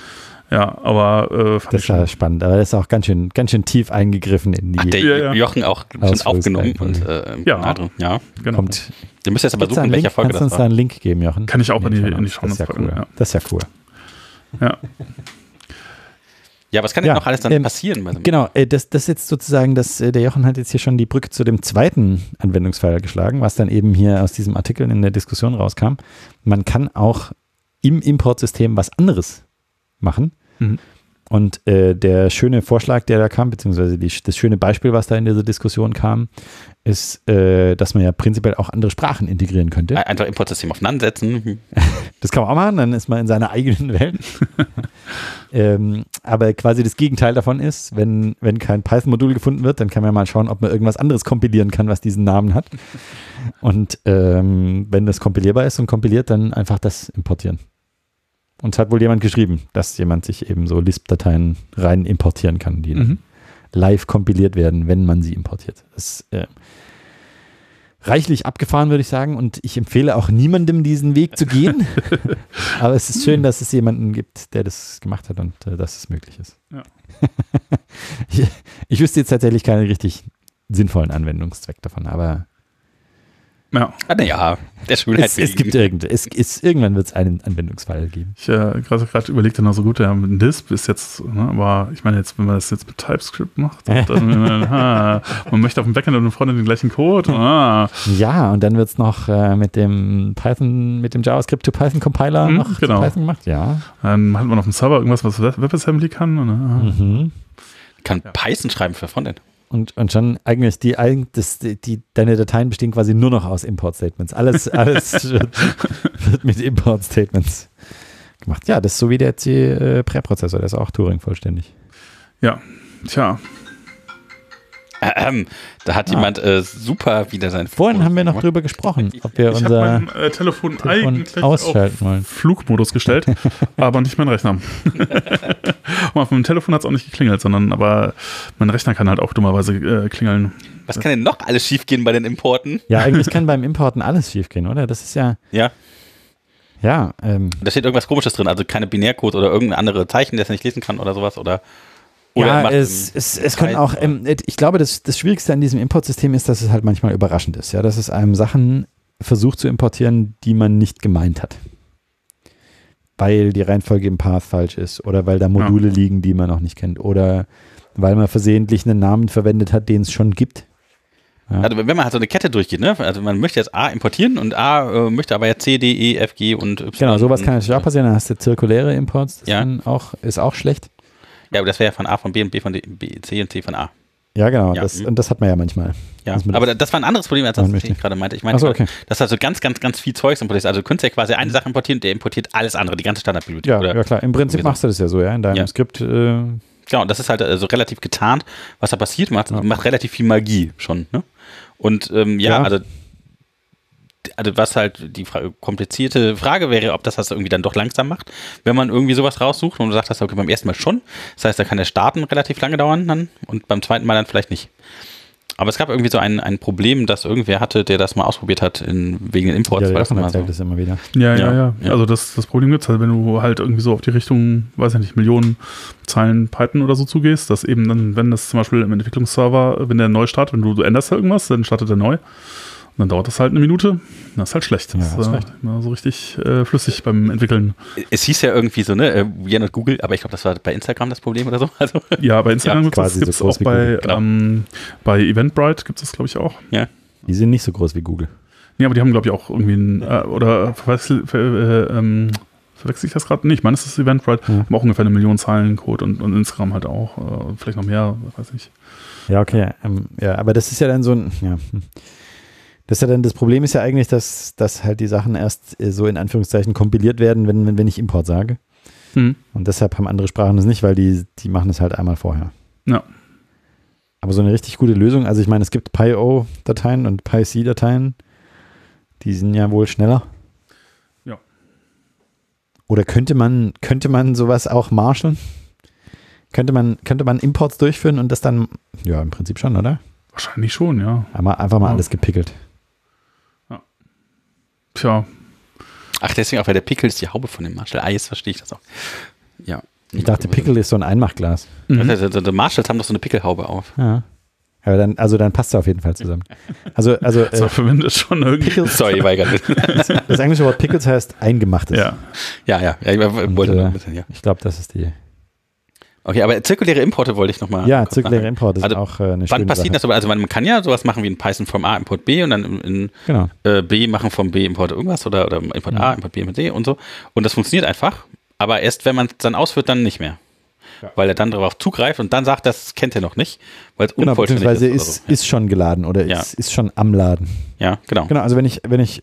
Ja, aber das ist ja spannend, aber das ist auch ganz schön tief eingegriffen in die. Hat der Jochen auch schon aufgenommen und ja, genau. Der müsste jetzt aber suchen, in welcher Folge das war. Kannst du uns da einen Link geben, Jochen? Kann ich auch in die Shownotes packen. Ja. Das ist ja cool. Ja. Ja, was kann denn noch alles dann passieren? Genau, das jetzt sozusagen, der Jochen hat jetzt hier schon die Brücke zu dem zweiten Anwendungsfall geschlagen, was dann eben hier aus diesem Artikel in der Diskussion rauskam. Man kann auch im Importsystem was anderes machen. Mhm. Und der schöne Vorschlag, der da kam, beziehungsweise das schöne Beispiel, was da in dieser Diskussion kam, ist, dass man ja prinzipiell auch andere Sprachen integrieren könnte. Einfach Importsystem aufeinandersetzen. Das kann man auch machen, dann ist man in seiner eigenen Welt. Aber quasi das Gegenteil davon ist, wenn kein Python-Modul gefunden wird, dann kann man mal schauen, ob man irgendwas anderes kompilieren kann, was diesen Namen hat. Und wenn das kompilierbar ist und kompiliert, dann einfach das importieren. Und es hat wohl jemand geschrieben, dass jemand sich eben so Lisp-Dateien rein importieren kann, die live kompiliert werden, wenn man sie importiert. Das ist reichlich abgefahren, würde ich sagen. Und ich empfehle auch niemandem, diesen Weg zu gehen. Aber es ist schön, dass es jemanden gibt, der das gemacht hat und dass es möglich ist. Ja. Ich wüsste jetzt tatsächlich keinen richtig sinnvollen Anwendungszweck davon, aber ja, der Schönheit irgendwann wird es einen Anwendungsfall geben. Ich gerade überlegt noch so gut, mit Lisp ist jetzt, aber ich meine jetzt, wenn man das jetzt mit TypeScript macht, dann, man möchte auf dem Backend und im Frontend den gleichen Code. Ja, und dann wird es noch mit dem JavaScript to Python Compiler noch zu Python gemacht. Ja. Dann hat man auf dem Server irgendwas, was WebAssembly kann. Kann Python schreiben für Frontend. Und schon eigentlich deine Dateien bestehen quasi nur noch aus Import-Statements. Alles wird mit Import-Statements gemacht. Ja, das ist so wie der C-Präprozessor, der ist auch Turing vollständig. Ja, tja. Da hat jemand super wieder sein. Vorhin haben wir noch drüber gesprochen, ob wir unser Telefon eigentlich ausschalten auf wollen. Flugmodus gestellt, aber nicht mein Rechner. Und auf meinem Telefon hat es auch nicht geklingelt, aber mein Rechner kann halt auch dummerweise klingeln. Was kann denn noch alles schiefgehen bei den Importen? Ja, eigentlich kann beim Importen alles schiefgehen, oder? Das ist ja. Ja. Ja. Da steht irgendwas Komisches drin, also keine Binärcode oder irgendein andere Zeichen, das er nicht lesen kann oder sowas, oder. Ja, es können auch, ich glaube, das Schwierigste an diesem Importsystem ist, dass es halt manchmal überraschend ist, ja, dass es einem Sachen versucht zu importieren, die man nicht gemeint hat. Weil die Reihenfolge im Path falsch ist oder weil da Module liegen, die man noch nicht kennt oder weil man versehentlich einen Namen verwendet hat, den es schon gibt. Ja. Also wenn man halt so eine Kette durchgeht, ne? Also man möchte jetzt A importieren und A möchte aber ja C, D, E, F, G und Y. Genau, sowas kann natürlich auch passieren, dann hast du zirkuläre Imports, das ist auch schlecht. Ja, aber das wäre ja von A von B und B von B, C und C von A. Ja, genau. Ja. Und das hat man ja manchmal. Ja, aber das war ein anderes Problem, als das, was ich gerade meinte. Ich meine, okay. dass da so ganz, ganz, ganz viel Zeugs importiert. Also du könntest ja quasi eine Sache importieren, der importiert alles andere, die ganze Standardbibliothek. Ja, klar. Im Prinzip machst du das ja so, ja, in deinem Skript. Genau, das ist halt also relativ getarnt, was da passiert. Macht relativ viel Magie schon. Ne? Und also was halt die komplizierte Frage wäre, ob das irgendwie dann doch langsam macht, wenn man irgendwie sowas raussucht und du sagst, okay, beim ersten Mal schon. Das heißt, da kann der Starten relativ lange dauern dann und beim zweiten Mal dann vielleicht nicht. Aber es gab irgendwie so ein Problem, das irgendwer hatte, der das mal ausprobiert hat wegen den Imports. Ja, der erzählt das immer wieder. Ja. Also das Problem gibt es halt, wenn du halt irgendwie so auf die Richtung, weiß ich nicht, Millionen Zeilen Python oder so zugehst, dass eben dann, wenn das zum Beispiel im Entwicklungsserver, wenn der neu startet, wenn du änderst da irgendwas, dann startet er neu. Und dann dauert das halt eine Minute. Das ist halt schlecht. Das ist so richtig flüssig beim Entwickeln. Es hieß ja irgendwie so, ne, wir not Google, aber ich glaube, das war bei Instagram das Problem oder so. Also, ja, bei Instagram gibt es auch bei Eventbrite gibt es das, glaube ich, auch. Ja. Die sind nicht so groß wie Google. Nee, aber die haben, glaube ich, auch irgendwie verwechsel ich das gerade? Nee, ich meine, es ist Eventbrite. Die haben auch ungefähr 1 Million Zeilen Code und Instagram halt auch. Vielleicht noch mehr, weiß ich. Ja, okay. Aber das ist ja dann so ein, das Problem ist ja eigentlich, dass halt die Sachen erst so in Anführungszeichen kompiliert werden, wenn ich Import sage. Und deshalb haben andere Sprachen das nicht, weil die machen das halt einmal vorher. Ja. Aber so eine richtig gute Lösung, also ich meine, es gibt PyO-Dateien und PyC-Dateien, die sind ja wohl schneller. Ja. Oder könnte man sowas auch marshallen? Könnte man Imports durchführen und das dann, ja, im Prinzip schon, oder? Wahrscheinlich schon, ja. Einfach mal alles gepickelt. Ja. Tja. Ach, deswegen auch, weil der Pickle ist die Haube von dem Marshall. Jetzt verstehe ich das auch. Ja. Ich dachte, Pickle ist so ein Einmachglas. Die Marshalls haben doch so eine Pickelhaube auf. Ja. Aber dann passt es auf jeden Fall zusammen. Also So verwendet schon irgendwie. Pickles, Sorry, weigert. das englische Wort Pickles heißt eingemachtes. Ja. Ja, ich wollte noch ein bisschen, ja. Ich glaube, das ist die. Okay, aber zirkuläre Importe wollte ich nochmal. Ja, zirkuläre Importe sind also, auch eine wann schöne passiert Sache. das aber? Also man kann ja sowas machen wie ein Python from A, Import B und dann in Genau. B machen vom B Import irgendwas oder Import A, Import B, Import C und so. Und das funktioniert einfach, aber erst wenn man es dann ausführt, dann nicht mehr. Ja. Weil er dann darauf zugreift und dann sagt, das kennt er noch nicht, weil es unvollständig beziehungsweise ist. Oder so. ist schon geladen oder ist schon am Laden. Ja, genau. Genau, also wenn ich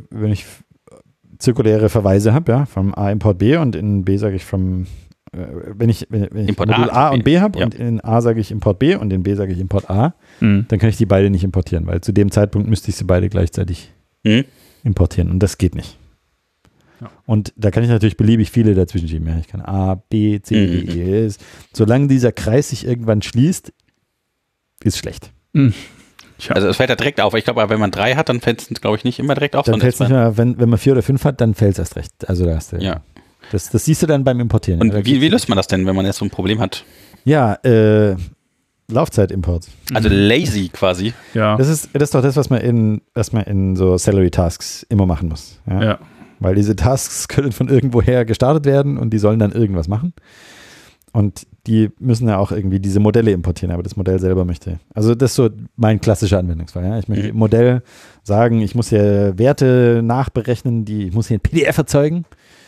zirkuläre Verweise habe, ja, vom A Import B und in B sage ich vom wenn ich Modul A und B habe und in A sage ich Import B und in B sage ich Import A, dann kann ich die beide nicht importieren, weil zu dem Zeitpunkt müsste ich sie beide gleichzeitig importieren und das geht nicht. Ja. Und da kann ich natürlich beliebig viele dazwischen schieben. Ja, ich kann A, B, C, D, E. Solange dieser Kreis sich irgendwann schließt, ist schlecht. Also es fällt da direkt auf. Ich glaube, wenn man 3 hat, dann fällt es, glaube ich, nicht immer direkt auf. Dann fällt es nicht mehr, wenn man 4 oder 5 hat, dann fällt es erst recht. Also da hast du Das siehst du dann beim Importieren. Und wie löst man das denn, wenn man jetzt so ein Problem hat? Ja, Laufzeitimport. Also lazy quasi. Ja. Das ist doch das, was man in so Salary-Tasks immer machen muss. Ja. Weil diese Tasks können von irgendwoher gestartet werden und die sollen dann irgendwas machen. Und die müssen ja auch irgendwie diese Modelle importieren, aber das Modell selber möchte. Also das ist so mein klassischer Anwendungsfall. Ja. Ich möchte im Modell sagen, ich muss hier Werte nachberechnen, ich muss hier ein PDF erzeugen.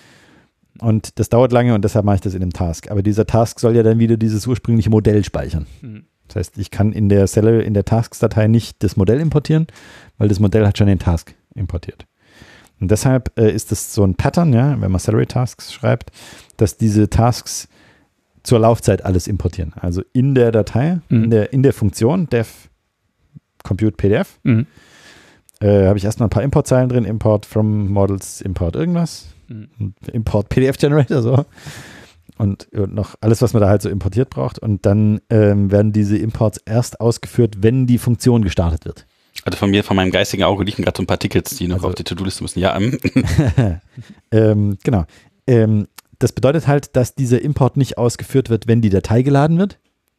Und das dauert lange und deshalb mache ich das in einem Task. Aber dieser Task soll ja dann wieder dieses ursprüngliche Modell speichern. Das heißt, ich kann in der Tasks-Datei nicht das Modell importieren, weil das Modell hat schon den Task importiert. Und deshalb ist das so ein Pattern, ja, wenn man Salary-Tasks schreibt, dass diese Tasks zur Laufzeit alles importieren. Also in der Datei, in der Funktion def compute PDF, habe ich erstmal ein paar Importzeilen drin, Import from Models, Import irgendwas, Import PDF Generator, so. Und noch alles, was man da halt so importiert braucht. Und dann werden diese Imports erst ausgeführt, wenn die Funktion gestartet wird. Also von meinem geistigen Auge liegen gerade so ein paar Tickets, die noch auf die To-Do-Liste müssen. Ja. Genau. Das bedeutet halt, dass dieser Import nicht ausgeführt wird, wenn die Datei geladen wird,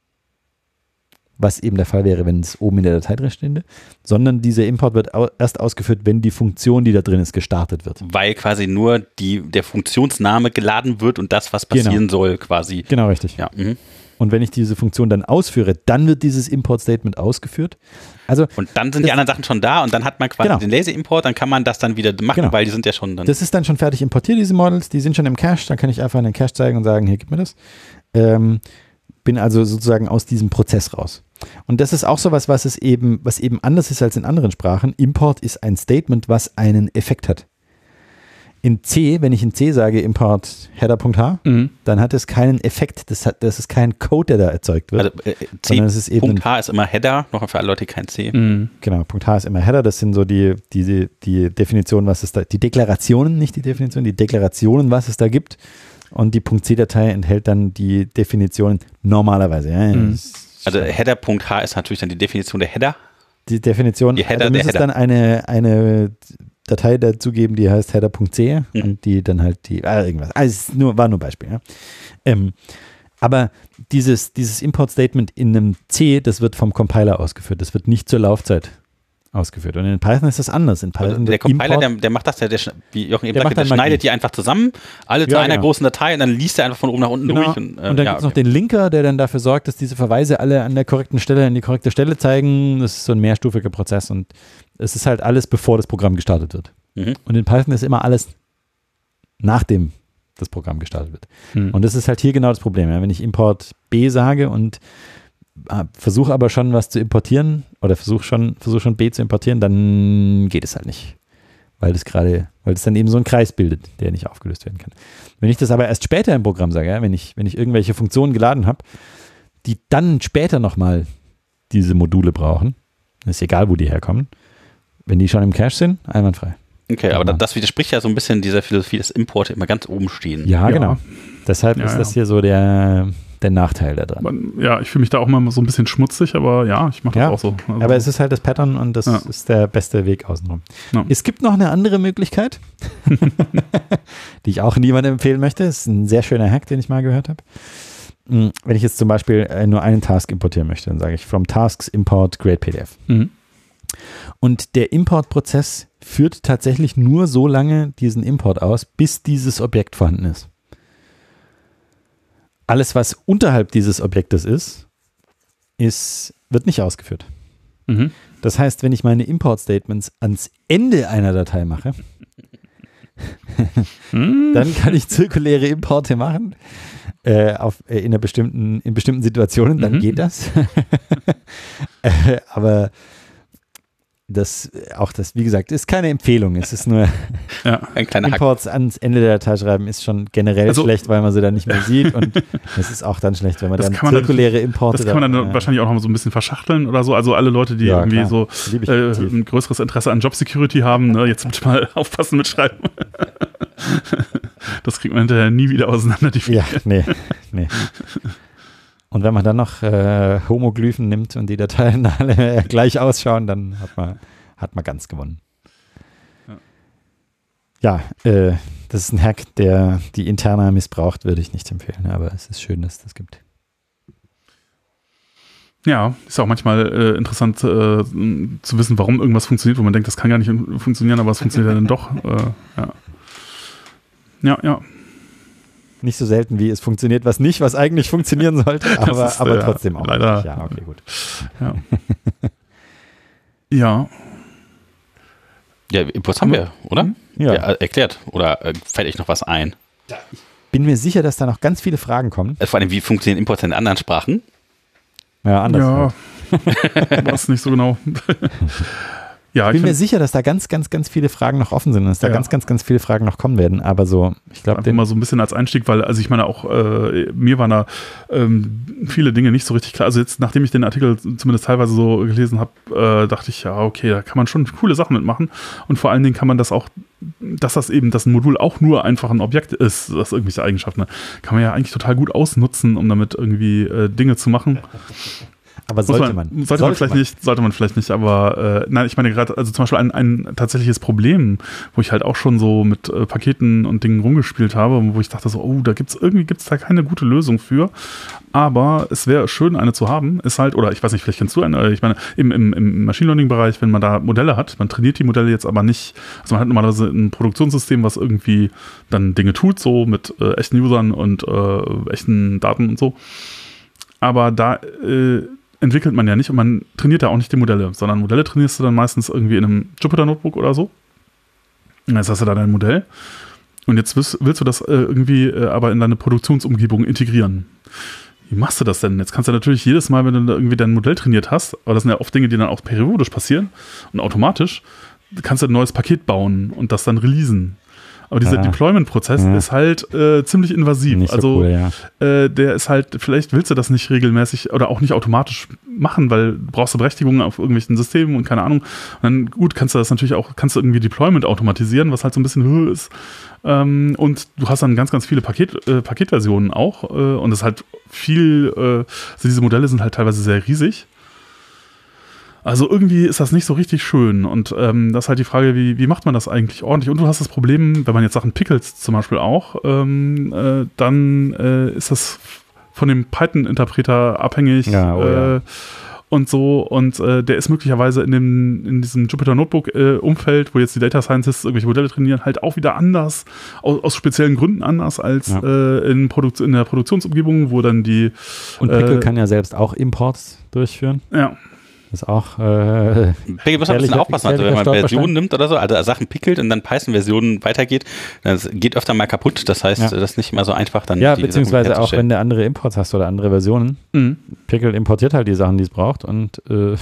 was eben der Fall wäre, wenn es oben in der Datei drin stünde, sondern dieser Import wird erst ausgeführt, wenn die Funktion, die da drin ist, gestartet wird. Weil quasi nur der Funktionsname geladen wird und das, was passieren soll, quasi. Genau, richtig. Ja. Und wenn ich diese Funktion dann ausführe, dann wird dieses Import-Statement ausgeführt. Also, und dann sind die anderen Sachen schon da und dann hat man quasi den Lazy-Import, dann kann man das dann wieder machen, weil die sind ja schon dann. Das ist dann schon fertig importiert, diese Models, die sind schon im Cache, dann kann ich einfach in den Cache zeigen und sagen, hier, gib mir das. Bin also sozusagen aus diesem Prozess raus. Und das ist auch so was eben anders ist als in anderen Sprachen. Import ist ein Statement, was einen Effekt hat. In C, wenn ich in C sage, Import Header.h, dann hat es keinen Effekt. Das ist kein Code, der da erzeugt wird. Also C.h ist immer Header, noch für alle Leute, kein C. Genau, Punkt H ist immer Header. Das sind so die Definitionen, was es da, die Deklarationen, nicht die Definition, die Deklarationen, was es da gibt. Und die .c-Datei enthält dann die Definitionen normalerweise. Ja. Also Header.h ist natürlich dann die Definition der Header. Die Definition, die Header, also muss es dann eine Datei dazu geben, die heißt header.c und die dann halt irgendwas. Also war nur ein Beispiel. Ja. Aber dieses Import-Statement in einem C, das wird vom Compiler ausgeführt. Das wird nicht zur Laufzeit ausgeführt. Und in Python ist das anders. In Python also der Compiler, der macht das ja, wie Jochen eben sagte, der schneidet die einfach zusammen, alle zu einer großen Datei und dann liest er einfach von oben nach unten durch. Und dann gibt es noch den Linker, der dann dafür sorgt, dass diese Verweise alle an der korrekten Stelle, an die korrekte Stelle zeigen. Das ist so ein mehrstufiger Prozess und es ist halt alles, bevor das Programm gestartet wird. Und in Python ist immer alles nachdem das Programm gestartet wird. Und das ist halt hier genau das Problem. Ja? Wenn ich Import B sage und versuche aber schon was zu importieren oder versuche schon B zu importieren, dann geht es halt nicht. Weil es dann eben so einen Kreis bildet, der nicht aufgelöst werden kann. Wenn ich das aber erst später im Programm sage, ja, wenn ich irgendwelche Funktionen geladen habe, die dann später nochmal diese Module brauchen, ist egal, wo die herkommen, wenn die schon im Cache sind, einwandfrei. Okay, aber das widerspricht ja so ein bisschen dieser Philosophie, dass Importe immer ganz oben stehen. Ja, genau. Deshalb ist das hier so der der Nachteil daran. Ja, ich fühle mich da auch mal so ein bisschen schmutzig, aber ja, ich mache das auch so. Also, aber es ist halt das Pattern und das ist der beste Weg außenrum. Ja. Es gibt noch eine andere Möglichkeit, die ich auch niemandem empfehlen möchte. Das ist ein sehr schöner Hack, den ich mal gehört habe. Wenn ich jetzt zum Beispiel nur einen Task importieren möchte, dann sage ich from tasks import create PDF. Und der Importprozess führt tatsächlich nur so lange diesen Import aus, bis dieses Objekt vorhanden ist. Alles, was unterhalb dieses Objektes ist, wird nicht ausgeführt. Das heißt, wenn ich meine Import-Statements ans Ende einer Datei mache, dann kann ich zirkuläre Importe machen in bestimmten Situationen, dann geht das. Aber das, wie gesagt, ist keine Empfehlung. Es ist nur ein kleiner Imports ans Ende der Datei schreiben ist schon generell schlecht, weil man sie dann nicht mehr sieht, und es ist auch dann schlecht, wenn man dann zirkuläre Importe. Das kann man dann wahrscheinlich auch noch mal so ein bisschen verschachteln oder so. Also alle Leute, die irgendwie so ein größeres Interesse an Job Security haben, ne, jetzt bitte mal aufpassen mit Schreiben. Das kriegt man hinterher nie wieder auseinander. Ja, nee. Und wenn man dann noch Homoglyphen nimmt und die Dateien alle gleich ausschauen, dann hat man ganz gewonnen. Ja, das ist ein Hack, der die Interna missbraucht, würde ich nicht empfehlen, aber es ist schön, dass es das gibt. Ja, ist auch manchmal interessant zu wissen, warum irgendwas funktioniert, wo man denkt, das kann gar nicht funktionieren, aber es funktioniert ja dann doch. Ja. Nicht so selten, wie es funktioniert, was eigentlich funktionieren sollte, aber trotzdem auch. Leider. Nicht. Ja, okay, gut. Ja. Ja, Imports haben wir, oder? Ja. Erklärt. Oder fällt euch noch was ein? Ich bin mir sicher, dass da noch ganz viele Fragen kommen. Vor allem, wie funktionieren Imports in anderen Sprachen? Ja, anders. Ja, weiß nicht so genau. Ja, ich bin mir sicher, dass da ganz, ganz, ganz viele Fragen noch offen sind und dass da ganz, ganz, ganz viele Fragen noch kommen werden. Aber so, ich glaube, mal so ein bisschen als Einstieg, weil, also ich meine auch, mir waren da viele Dinge nicht so richtig klar. Also jetzt, nachdem ich den Artikel zumindest teilweise so gelesen habe, dachte ich, ja, okay, da kann man schon coole Sachen mitmachen. Und vor allen Dingen kann man das auch, dass ein Modul auch nur einfach ein Objekt ist, das irgendwelche Eigenschaften hat, kann man ja eigentlich total gut ausnutzen, um damit irgendwie Dinge zu machen. Aber sollte man vielleicht nicht, aber nein, ich meine gerade, also zum Beispiel ein tatsächliches Problem, wo ich halt auch schon so mit Paketen und Dingen rumgespielt habe, wo ich dachte so, gibt's da keine gute Lösung für, aber es wäre schön, eine zu haben, ist halt, oder ich weiß nicht, vielleicht kennst du eine, ich meine, im Machine Learning Bereich, wenn man da Modelle hat, man trainiert die Modelle jetzt aber nicht, also man hat normalerweise ein Produktionssystem, was irgendwie dann Dinge tut, so mit echten Usern und echten Daten und so, aber da entwickelt man ja nicht und man trainiert ja auch nicht die Modelle, sondern Modelle trainierst du dann meistens irgendwie in einem Jupyter-Notebook oder so. Und jetzt hast du da dein Modell und jetzt willst du das irgendwie aber in deine Produktionsumgebung integrieren. Wie machst du das denn? Jetzt kannst du natürlich jedes Mal, wenn du irgendwie dein Modell trainiert hast, aber das sind ja oft Dinge, die dann auch periodisch passieren und automatisch, kannst du ein neues Paket bauen und das dann releasen. Aber dieser Deployment-Prozess ist halt ziemlich invasiv. Nicht so cool, der ist halt, vielleicht willst du das nicht regelmäßig oder auch nicht automatisch machen, weil du brauchst Berechtigungen auf irgendwelchen Systemen und keine Ahnung. Und dann, gut, kannst du irgendwie Deployment automatisieren, was halt so ein bisschen Höhe ist. Und du hast dann ganz, ganz viele Paketversionen auch. Und das ist halt also diese Modelle sind halt teilweise sehr riesig. Also irgendwie ist das nicht so richtig schön und das ist halt die Frage, wie macht man das eigentlich ordentlich? Und du hast das Problem, wenn man jetzt Sachen pickelt zum Beispiel auch, dann ist das von dem Python-Interpreter abhängig und so und der ist möglicherweise in diesem Jupyter-Notebook-Umfeld, wo jetzt die Data Scientists irgendwelche Modelle trainieren, halt auch wieder anders, aus speziellen Gründen anders als in der Produktionsumgebung, wo dann die... Und Pickle kann ja selbst auch Imports durchführen. Ja. Das ist auch Pickle muss ein bisschen aufpassen, also wenn man Versionen nimmt oder so, also Sachen pickelt und dann Python-Versionen weitergeht, das geht öfter mal kaputt, das heißt, das ist nicht immer so einfach dann. Ja, beziehungsweise auch wenn du andere Imports hast oder andere Versionen. Pickle importiert halt die Sachen, die es braucht und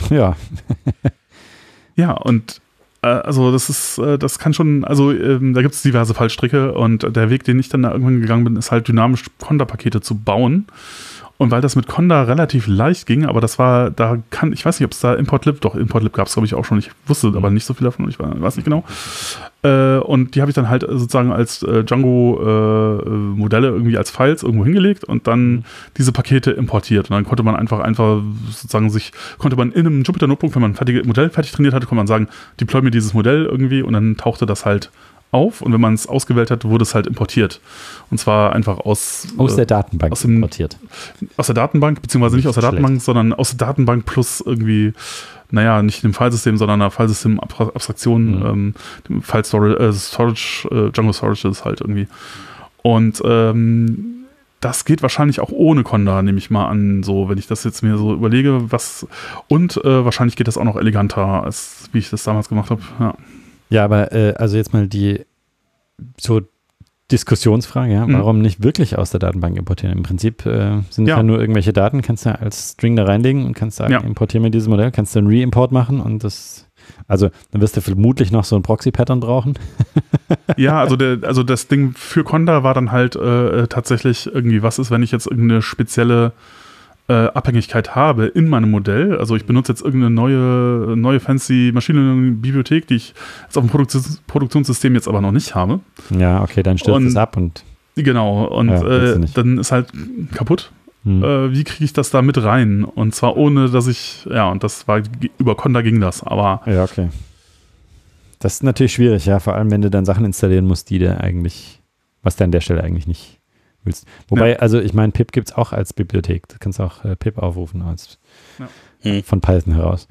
Ja, und also das kann schon, also da gibt es diverse Fallstricke und der Weg, den ich dann da irgendwann gegangen bin, ist halt dynamisch Konterpakete zu bauen. Und weil das mit Conda relativ leicht ging, aber das war, ich weiß nicht, ob es da Importlib gab es, glaube ich, auch schon. Ich wusste aber nicht so viel davon, ich weiß nicht genau. Und die habe ich dann halt sozusagen als Django-Modelle irgendwie als Files irgendwo hingelegt und dann diese Pakete importiert. Und dann konnte man einfach sozusagen konnte man in einem Jupyter-Notebook, wenn man ein Modell fertig trainiert hatte, konnte man sagen, deploy mir dieses Modell irgendwie und dann tauchte das halt auf und wenn man es ausgewählt hat, wurde es halt importiert. Und zwar einfach aus der Datenbank importiert. Aus der Datenbank, beziehungsweise nicht aus der Datenbank, sondern aus der Datenbank plus irgendwie, naja, nicht dem Filesystem, sondern einer Filesystem-Abstraktion, dem File Storage, Django Storage ist halt irgendwie. Und das geht wahrscheinlich auch ohne Conda, nehme ich mal an, so, wenn ich das jetzt mir so überlege, wahrscheinlich geht das auch noch eleganter, als wie ich das damals gemacht habe, ja. Ja, aber also jetzt mal die so Diskussionsfrage, ja, warum nicht wirklich aus der Datenbank importieren? Im Prinzip sind es ja nur irgendwelche Daten, kannst du als String da reinlegen und kannst sagen, importiere mir dieses Modell, kannst du einen Re-Import machen und dann wirst du vermutlich noch so ein Proxy-Pattern brauchen. Ja, also das Ding für Conda war dann halt tatsächlich irgendwie, was ist, wenn ich jetzt irgendeine spezielle Abhängigkeit habe in meinem Modell. Also ich benutze jetzt irgendeine neue fancy Machine Learning-Bibliothek, die ich jetzt auf dem Produktionssystem jetzt aber noch nicht habe. Ja, okay, dann stürzt es ab und genau, und dann ist halt kaputt. Wie kriege ich das da mit rein? Und zwar ohne, dass und das war, über Conda ging das, aber... Ja, okay. Das ist natürlich schwierig, ja, vor allem wenn du dann Sachen installieren musst, was du an der Stelle eigentlich nicht willst. Wobei, also ich meine, pip gibt es auch als Bibliothek. Du kannst auch pip aufrufen von Python heraus.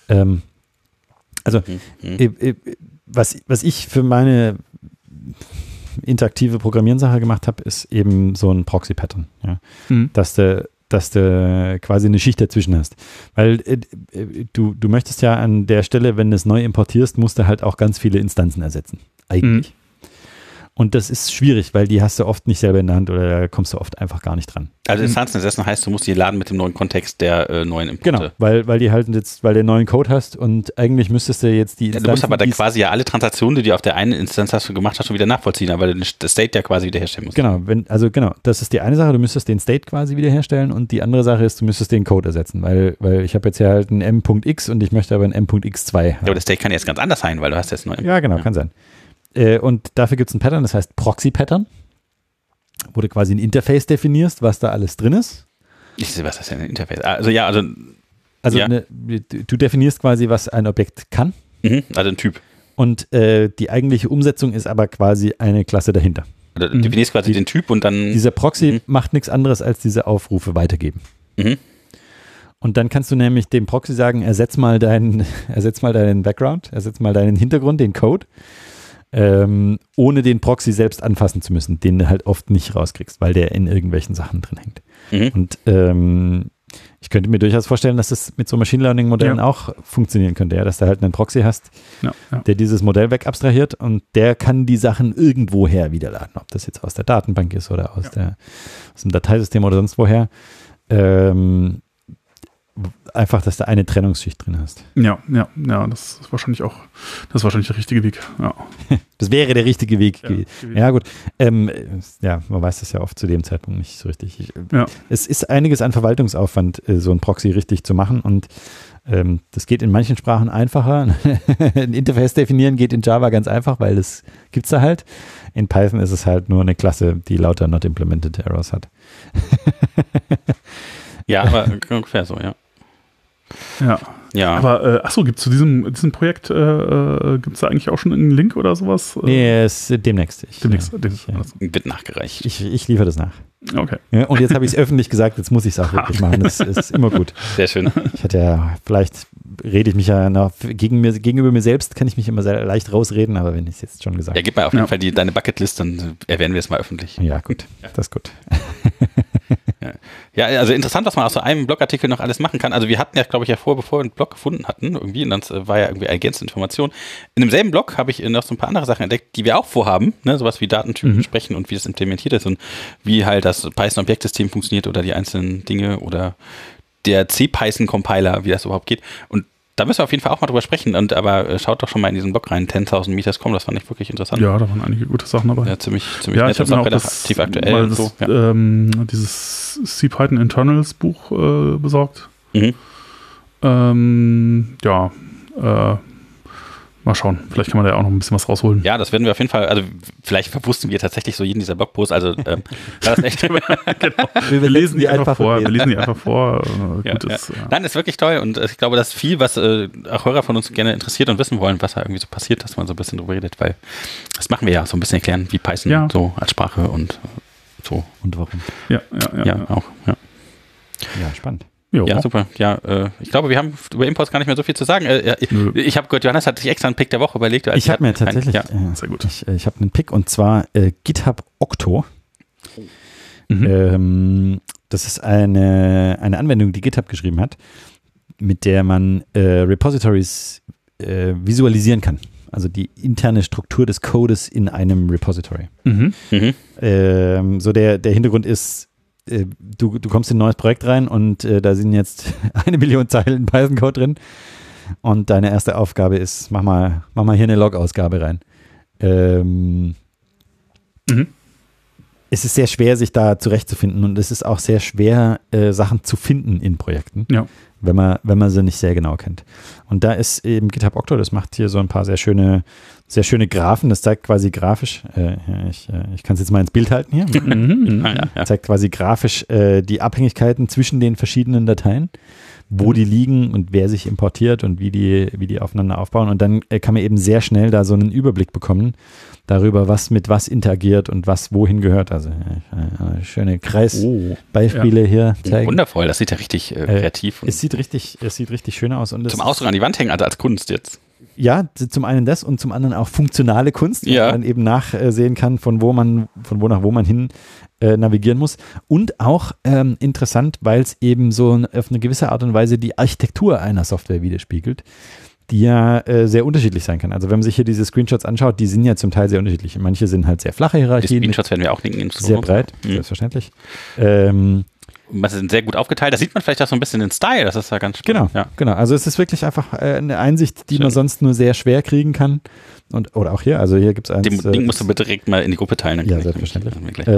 Was ich für meine interaktive Programmierensache gemacht habe, ist eben so ein Proxy-Pattern. Ja? Dass du quasi eine Schicht dazwischen hast. Weil du möchtest ja an der Stelle, wenn du es neu importierst, musst du halt auch ganz viele Instanzen ersetzen. Eigentlich. Und das ist schwierig, weil die hast du oft nicht selber in der Hand oder da kommst du oft einfach gar nicht dran. Also Instanzen ersetzen heißt, du musst die laden mit dem neuen Kontext der neuen Importe. Genau, weil die halt jetzt, weil du neuen Code hast und eigentlich müsstest du jetzt die Instanzen... Du musst aber dann quasi ja alle Transaktionen, die du auf der einen Instanz gemacht hast, schon wieder nachvollziehen, weil du das State ja quasi wiederherstellen musst. Genau, das ist die eine Sache, du müsstest den State quasi wiederherstellen und die andere Sache ist, du müsstest den Code ersetzen, weil ich habe jetzt ja halt einen m.x und ich möchte aber einen m.x2 haben. Ja, aber der State kann jetzt ganz anders sein, weil du hast jetzt neu... Ja, genau, kann sein. Und dafür gibt es ein Pattern, das heißt Proxy-Pattern, wo du quasi ein Interface definierst, was da alles drin ist. Ich sehe, was ist denn ein Interface? Du definierst quasi, was ein Objekt kann. Also ein Typ. Und die eigentliche Umsetzung ist aber quasi eine Klasse dahinter. Also du definierst quasi den Typ und dann... Dieser Proxy macht nichts anderes, als diese Aufrufe weitergeben. Und dann kannst du nämlich dem Proxy sagen, ersetz mal deinen Background, ersetz mal deinen Hintergrund, den Code, ohne den Proxy selbst anfassen zu müssen, den du halt oft nicht rauskriegst, weil der in irgendwelchen Sachen drin hängt. Und ich könnte mir durchaus vorstellen, dass das mit so Machine Learning Modellen auch funktionieren könnte, dass du halt einen Proxy hast, der dieses Modell wegabstrahiert und der kann die Sachen irgendwoher wiederladen, ob das jetzt aus der Datenbank ist oder aus dem Dateisystem oder sonst woher. Einfach, dass du eine Trennungsschicht drin hast. Ja, das ist wahrscheinlich der richtige Weg. Ja. Das wäre der richtige Weg gewesen. Ja, gut. Man weiß das ja oft zu dem Zeitpunkt nicht so richtig. Es ist einiges an Verwaltungsaufwand, so ein Proxy richtig zu machen und das geht in manchen Sprachen einfacher. Ein Interface definieren geht in Java ganz einfach, weil das gibt es da halt. In Python ist es halt nur eine Klasse, die lauter not implemented errors hat. Ja, aber ungefähr so, ja. Ja. Aber, gibt es zu diesem Projekt, gibt es da eigentlich auch schon einen Link oder sowas? Nee, es ist demnächst. Wird nachgereicht. Ich liefere das nach. Okay. Ja, und jetzt habe ich es öffentlich gesagt, jetzt muss ich es auch wirklich machen. Das ist immer gut. Sehr schön. Vielleicht rede ich mich ja noch, gegenüber mir selbst kann ich mich immer sehr leicht rausreden, aber wenn ich es jetzt schon gesagt habe. Ja, gib mal auf jeden Fall deine Bucketlist, dann erwähnen wir es mal öffentlich. Ja, gut. Das ist gut. Ja, also interessant, was man aus so einem Blogartikel noch alles machen kann. Also wir hatten ja, glaube ich, bevor wir einen Blog gefunden hatten, irgendwie, und dann war ja irgendwie ergänzende Information. In demselben Blog habe ich noch so ein paar andere Sachen entdeckt, die wir auch vorhaben, ne? Sowas wie Datentypen sprechen und wie das implementiert ist und wie halt das Python-Objektsystem funktioniert oder die einzelnen Dinge oder der C-Python-Compiler, wie das überhaupt geht. Und da müssen wir auf jeden Fall auch mal drüber sprechen. Aber schaut doch schon mal in diesen Blog rein, 10.000 Meters.com, das fand ich wirklich interessant. Ja, da waren einige gute Sachen dabei. Ja, ziemlich nett und auch relativ aktuell. Dieses CPython Internals Buch besorgt. Mal schauen, vielleicht kann man da ja auch noch ein bisschen was rausholen. Ja, das werden wir auf jeden Fall, also vielleicht verwussten wir tatsächlich so jeden dieser Blogposts, also das ist echt Genau. Wir lesen die einfach vor. Nein, ist wirklich toll und ich glaube, das ist viel, was auch Hörer von uns gerne interessiert und wissen wollen, was da irgendwie so passiert, dass man so ein bisschen drüber redet, weil das machen wir ja, so ein bisschen erklären, wie Python so als Sprache und so. Und warum. Ja, auch. Ja, spannend. Ja, super. Ja, ich glaube, wir haben über Imports gar nicht mehr so viel zu sagen. Ich habe gehört, Johannes hat sich extra einen Pick der Woche überlegt. Ich habe mir tatsächlich, sehr gut. Ich habe einen Pick und zwar GitHub Octo. Das ist eine Anwendung, die GitHub geschrieben hat, mit der man Repositories visualisieren kann. Also die interne Struktur des Codes in einem Repository. So der Hintergrund ist, du kommst in ein neues Projekt rein und da sind jetzt 1 Million Zeilen Python-Code drin und deine erste Aufgabe ist, mach mal hier eine Log-Ausgabe rein. Es ist sehr schwer, sich da zurechtzufinden und es ist auch sehr schwer, Sachen zu finden in Projekten, wenn man sie nicht sehr genau kennt. Und da ist eben GitHub Octo, das macht hier so ein paar sehr schöne Graphen, das zeigt quasi grafisch, ich kann es jetzt mal ins Bild halten hier, zeigt quasi grafisch die Abhängigkeiten zwischen den verschiedenen Dateien, wo die liegen und wer sich importiert und wie die aufeinander aufbauen. Und dann kann man eben sehr schnell da so einen Überblick bekommen darüber, was mit was interagiert und was wohin gehört. Also schöne Kreisbeispiele hier zeigen. Wundervoll, das sieht ja richtig kreativ aus. Es sieht richtig schön aus. Und zum Ausdruck an die Wand hängen, also als Kunst jetzt. Ja, zum einen das und zum anderen auch funktionale Kunst, wo man eben nachsehen kann, von wo nach wo man hin navigieren muss. Und auch interessant, weil es eben so auf eine gewisse Art und Weise die Architektur einer Software widerspiegelt, die ja sehr unterschiedlich sein kann. Also wenn man sich hier diese Screenshots anschaut, die sind ja zum Teil sehr unterschiedlich. Manche sind halt sehr flache Hierarchien. Die Screenshots werden wir auch linken. Sehr breit, selbstverständlich. Was sind sehr gut aufgeteilt. Da sieht man vielleicht auch so ein bisschen den Style. Das ist ja ganz spannend. Genau. Also es ist wirklich einfach eine Einsicht, die man sonst nur sehr schwer kriegen kann. Oder auch hier. Also hier gibt es eins. Dem Ding musst du bitte direkt mal in die Gruppe teilen. Ja, selbstverständlich.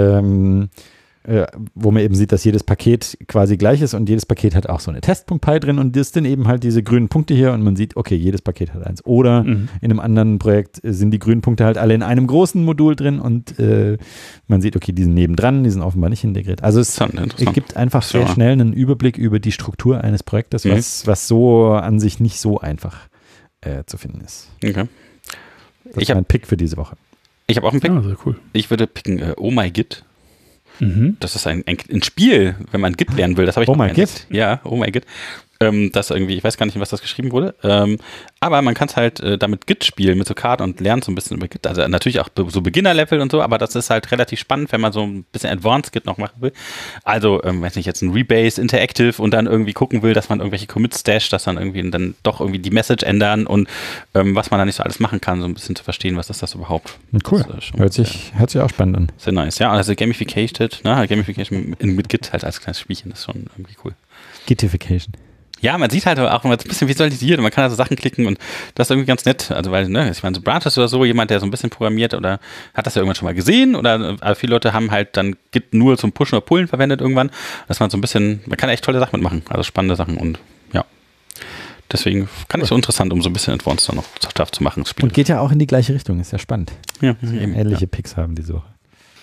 Wo man eben sieht, dass jedes Paket quasi gleich ist und jedes Paket hat auch so eine Test.py drin und das sind eben halt diese grünen Punkte hier und man sieht, okay, jedes Paket hat eins. Oder in einem anderen Projekt sind die grünen Punkte halt alle in einem großen Modul drin und man sieht, okay, die sind nebendran, die sind offenbar nicht integriert. Also es gibt einfach sehr schnell einen Überblick über die Struktur eines Projektes, was so an sich nicht so einfach zu finden ist. Okay. Das ist mein Pick für diese Woche. Ich habe auch einen Pick. Ja, sehr cool. Ich würde picken Oh My Git. Das ist ein Spiel, wenn man Git lernen will. Das habe ich Oh My Git? Ja, Oh My Git. Das irgendwie, ich weiß gar nicht, in was das geschrieben wurde. Aber man kann es halt damit Git spielen, mit so Karten und lernt so ein bisschen über Git. Also natürlich auch so Beginner-Level und so, aber das ist halt relativ spannend, wenn man so ein bisschen Advanced Git noch machen will. Also, weiß nicht, jetzt ein Rebase Interactive und dann irgendwie gucken will, dass man irgendwelche Commits stasht, dass dann irgendwie dann doch irgendwie die Message ändern und was man da nicht so alles machen kann, so ein bisschen zu verstehen, was ist das überhaupt. Cool. Das hört sich auch spannend an. Sehr nice, ja. Also Gamification mit Git halt als kleines Spielchen, das ist schon irgendwie cool. Gitification. Ja, man sieht halt auch immer ein bisschen visualisiert und man kann also Sachen klicken und das ist irgendwie ganz nett. Also weil, ich meine, so Branches oder so, jemand, der so ein bisschen programmiert oder hat das ja irgendwann schon mal gesehen oder viele Leute haben halt dann Git nur zum Pushen oder Pullen verwendet irgendwann, dass man so ein bisschen, man kann echt tolle Sachen mitmachen, also spannende Sachen und ja. Deswegen fand ich so interessant, um so ein bisschen Advanced dann noch Stuff zu machen. Und geht ja auch in die gleiche Richtung, ist ja spannend. Ja, eben, ähnliche Picks haben diese Woche.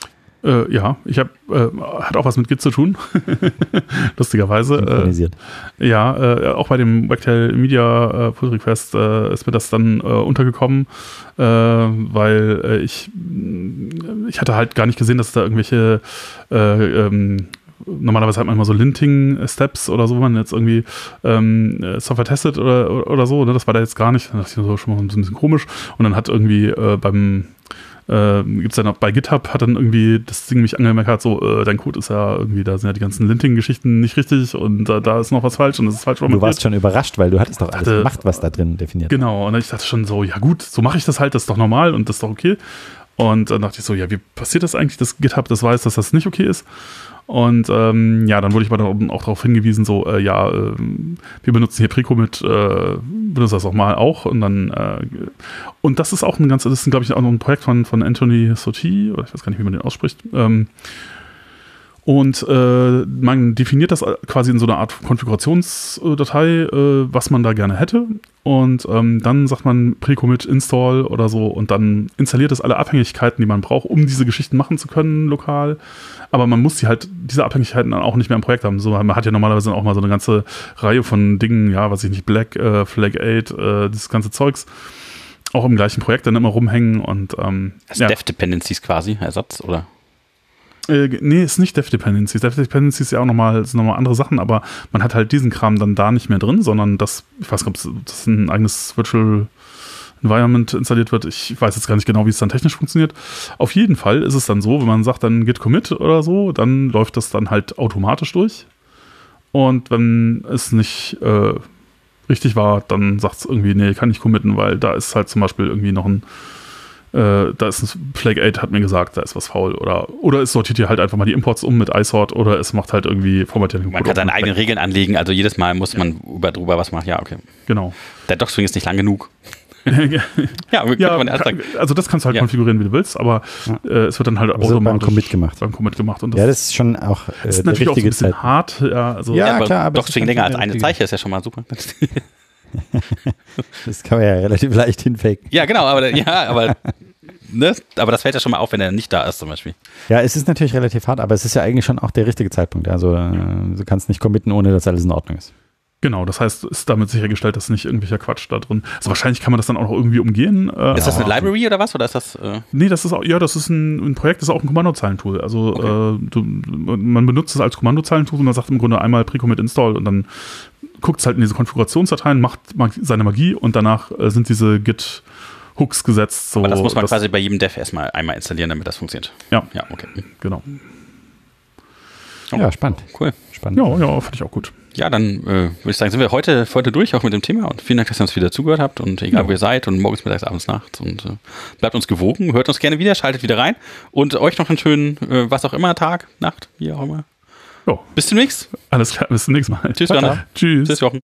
Ich habe, hat auch was mit Git zu tun, lustigerweise. Auch bei dem Wagtail Media Pull Request ist mir das dann untergekommen, weil ich hatte halt gar nicht gesehen, dass da irgendwelche normalerweise hat man immer so Linting-Steps oder so, wenn man jetzt irgendwie Software testet oder so, ne? Das war da jetzt gar nicht. Dann dachte ich so, schon mal ein bisschen komisch. Und dann hat irgendwie gibt's dann auch bei GitHub, hat dann irgendwie das Ding mich angemerkt, so, dein Code ist ja irgendwie, da sind ja die ganzen Linting-Geschichten nicht richtig und da ist noch was falsch und das ist falsch. Du warst schon überrascht, weil du hattest doch alles gemacht, was da drin definiert. Genau, und ich dachte schon so, ja gut, so mache ich das halt, das ist doch normal und das ist doch okay. Und dann dachte ich so, ja, wie passiert das eigentlich, dass GitHub das weiß, dass das nicht okay ist? Und dann wurde ich mal auch darauf hingewiesen, so, wir benutzen hier Precommit, benutzt das auch und dann, und das ist auch das ist, glaube ich, auch noch ein Projekt von Anthony Sauty, oder ich weiß gar nicht, wie man den ausspricht, Und man definiert das quasi in so einer Art Konfigurationsdatei, was man da gerne hätte. Und dann sagt man pre-commit install oder so und dann installiert es alle Abhängigkeiten, die man braucht, um diese Geschichten machen zu können lokal. Aber man muss diese Abhängigkeiten dann auch nicht mehr im Projekt haben. So, man hat ja normalerweise auch mal so eine ganze Reihe von Dingen, ja, weiß ich nicht, Black, Flag 8, dieses ganze Zeugs, auch im gleichen Projekt dann immer rumhängen und also Dev-Dependencies quasi, Ersatz, oder? Nee, ist nicht Dev-Dependencies. Dev-Dependencies sind nochmal andere Sachen, aber man hat halt diesen Kram dann da nicht mehr drin, sondern ich weiß nicht, ob das ein eigenes Virtual Environment installiert wird. Ich weiß jetzt gar nicht genau, wie es dann technisch funktioniert. Auf jeden Fall ist es dann so, wenn man sagt dann git commit oder so, dann läuft das dann halt automatisch durch. Und wenn es nicht richtig war, dann sagt es irgendwie, nee, kann ich committen, weil da ist halt zum Beispiel irgendwie noch da ist ein Flag 8, hat mir gesagt, da ist was faul. Oder es sortiert hier halt einfach mal die Imports um mit iSort oder es macht halt irgendwie Formatierung. Man kann seine eigenen Regeln anlegen, also jedes Mal muss man drüber was machen. Ja, okay. Genau. Der Doc-String ist nicht lang genug. Also das kannst du halt konfigurieren, wie du willst, aber es wird dann halt automatisch beim Commit gemacht. Und das ist schon auch ist natürlich auch so ein bisschen hart. Aber klar, Doc-String länger als eine Zeiche ist ja schon mal super. Das kann man ja relativ leicht hinfaken. Ja, genau, aber das fällt ja schon mal auf, wenn er nicht da ist zum Beispiel. Ja, es ist natürlich relativ hart, aber es ist ja eigentlich schon auch der richtige Zeitpunkt. Also du kannst nicht committen, ohne dass alles in Ordnung ist. Genau, das heißt, ist damit sichergestellt, dass nicht irgendwelcher Quatsch da drin. Also wahrscheinlich kann man das dann auch noch irgendwie umgehen. Ist das eine Library oder was? Oder ist das? Nee, das ist auch, das ist ein Projekt, das ist auch ein Kommandozeilentool. Also okay. Man benutzt es als Kommandozeilentool und man sagt im Grunde einmal pre-commit install und dann guckt es halt in diese Konfigurationsdateien, macht seine Magie und danach sind diese Git-Hooks gesetzt. So, aber das muss man quasi bei jedem Dev erstmal einmal installieren, damit das funktioniert. Ja, okay. Genau. Oh, ja, spannend. Cool. Spannend. Ja, finde ich auch gut. Ja, dann würde ich sagen, sind wir heute durch, auch mit dem Thema. Und vielen Dank, dass ihr uns wieder zugehört habt. Und egal, wo ihr seid, und morgens, mittags, abends, nachts. Und bleibt uns gewogen, hört uns gerne wieder, schaltet wieder rein. Und euch noch einen schönen, was auch immer, Tag, Nacht, wie auch immer. Jo. Bis demnächst. Alles klar, bis zum nächsten Mal. Tschüss, Tschüss. Tschüss, Jochen.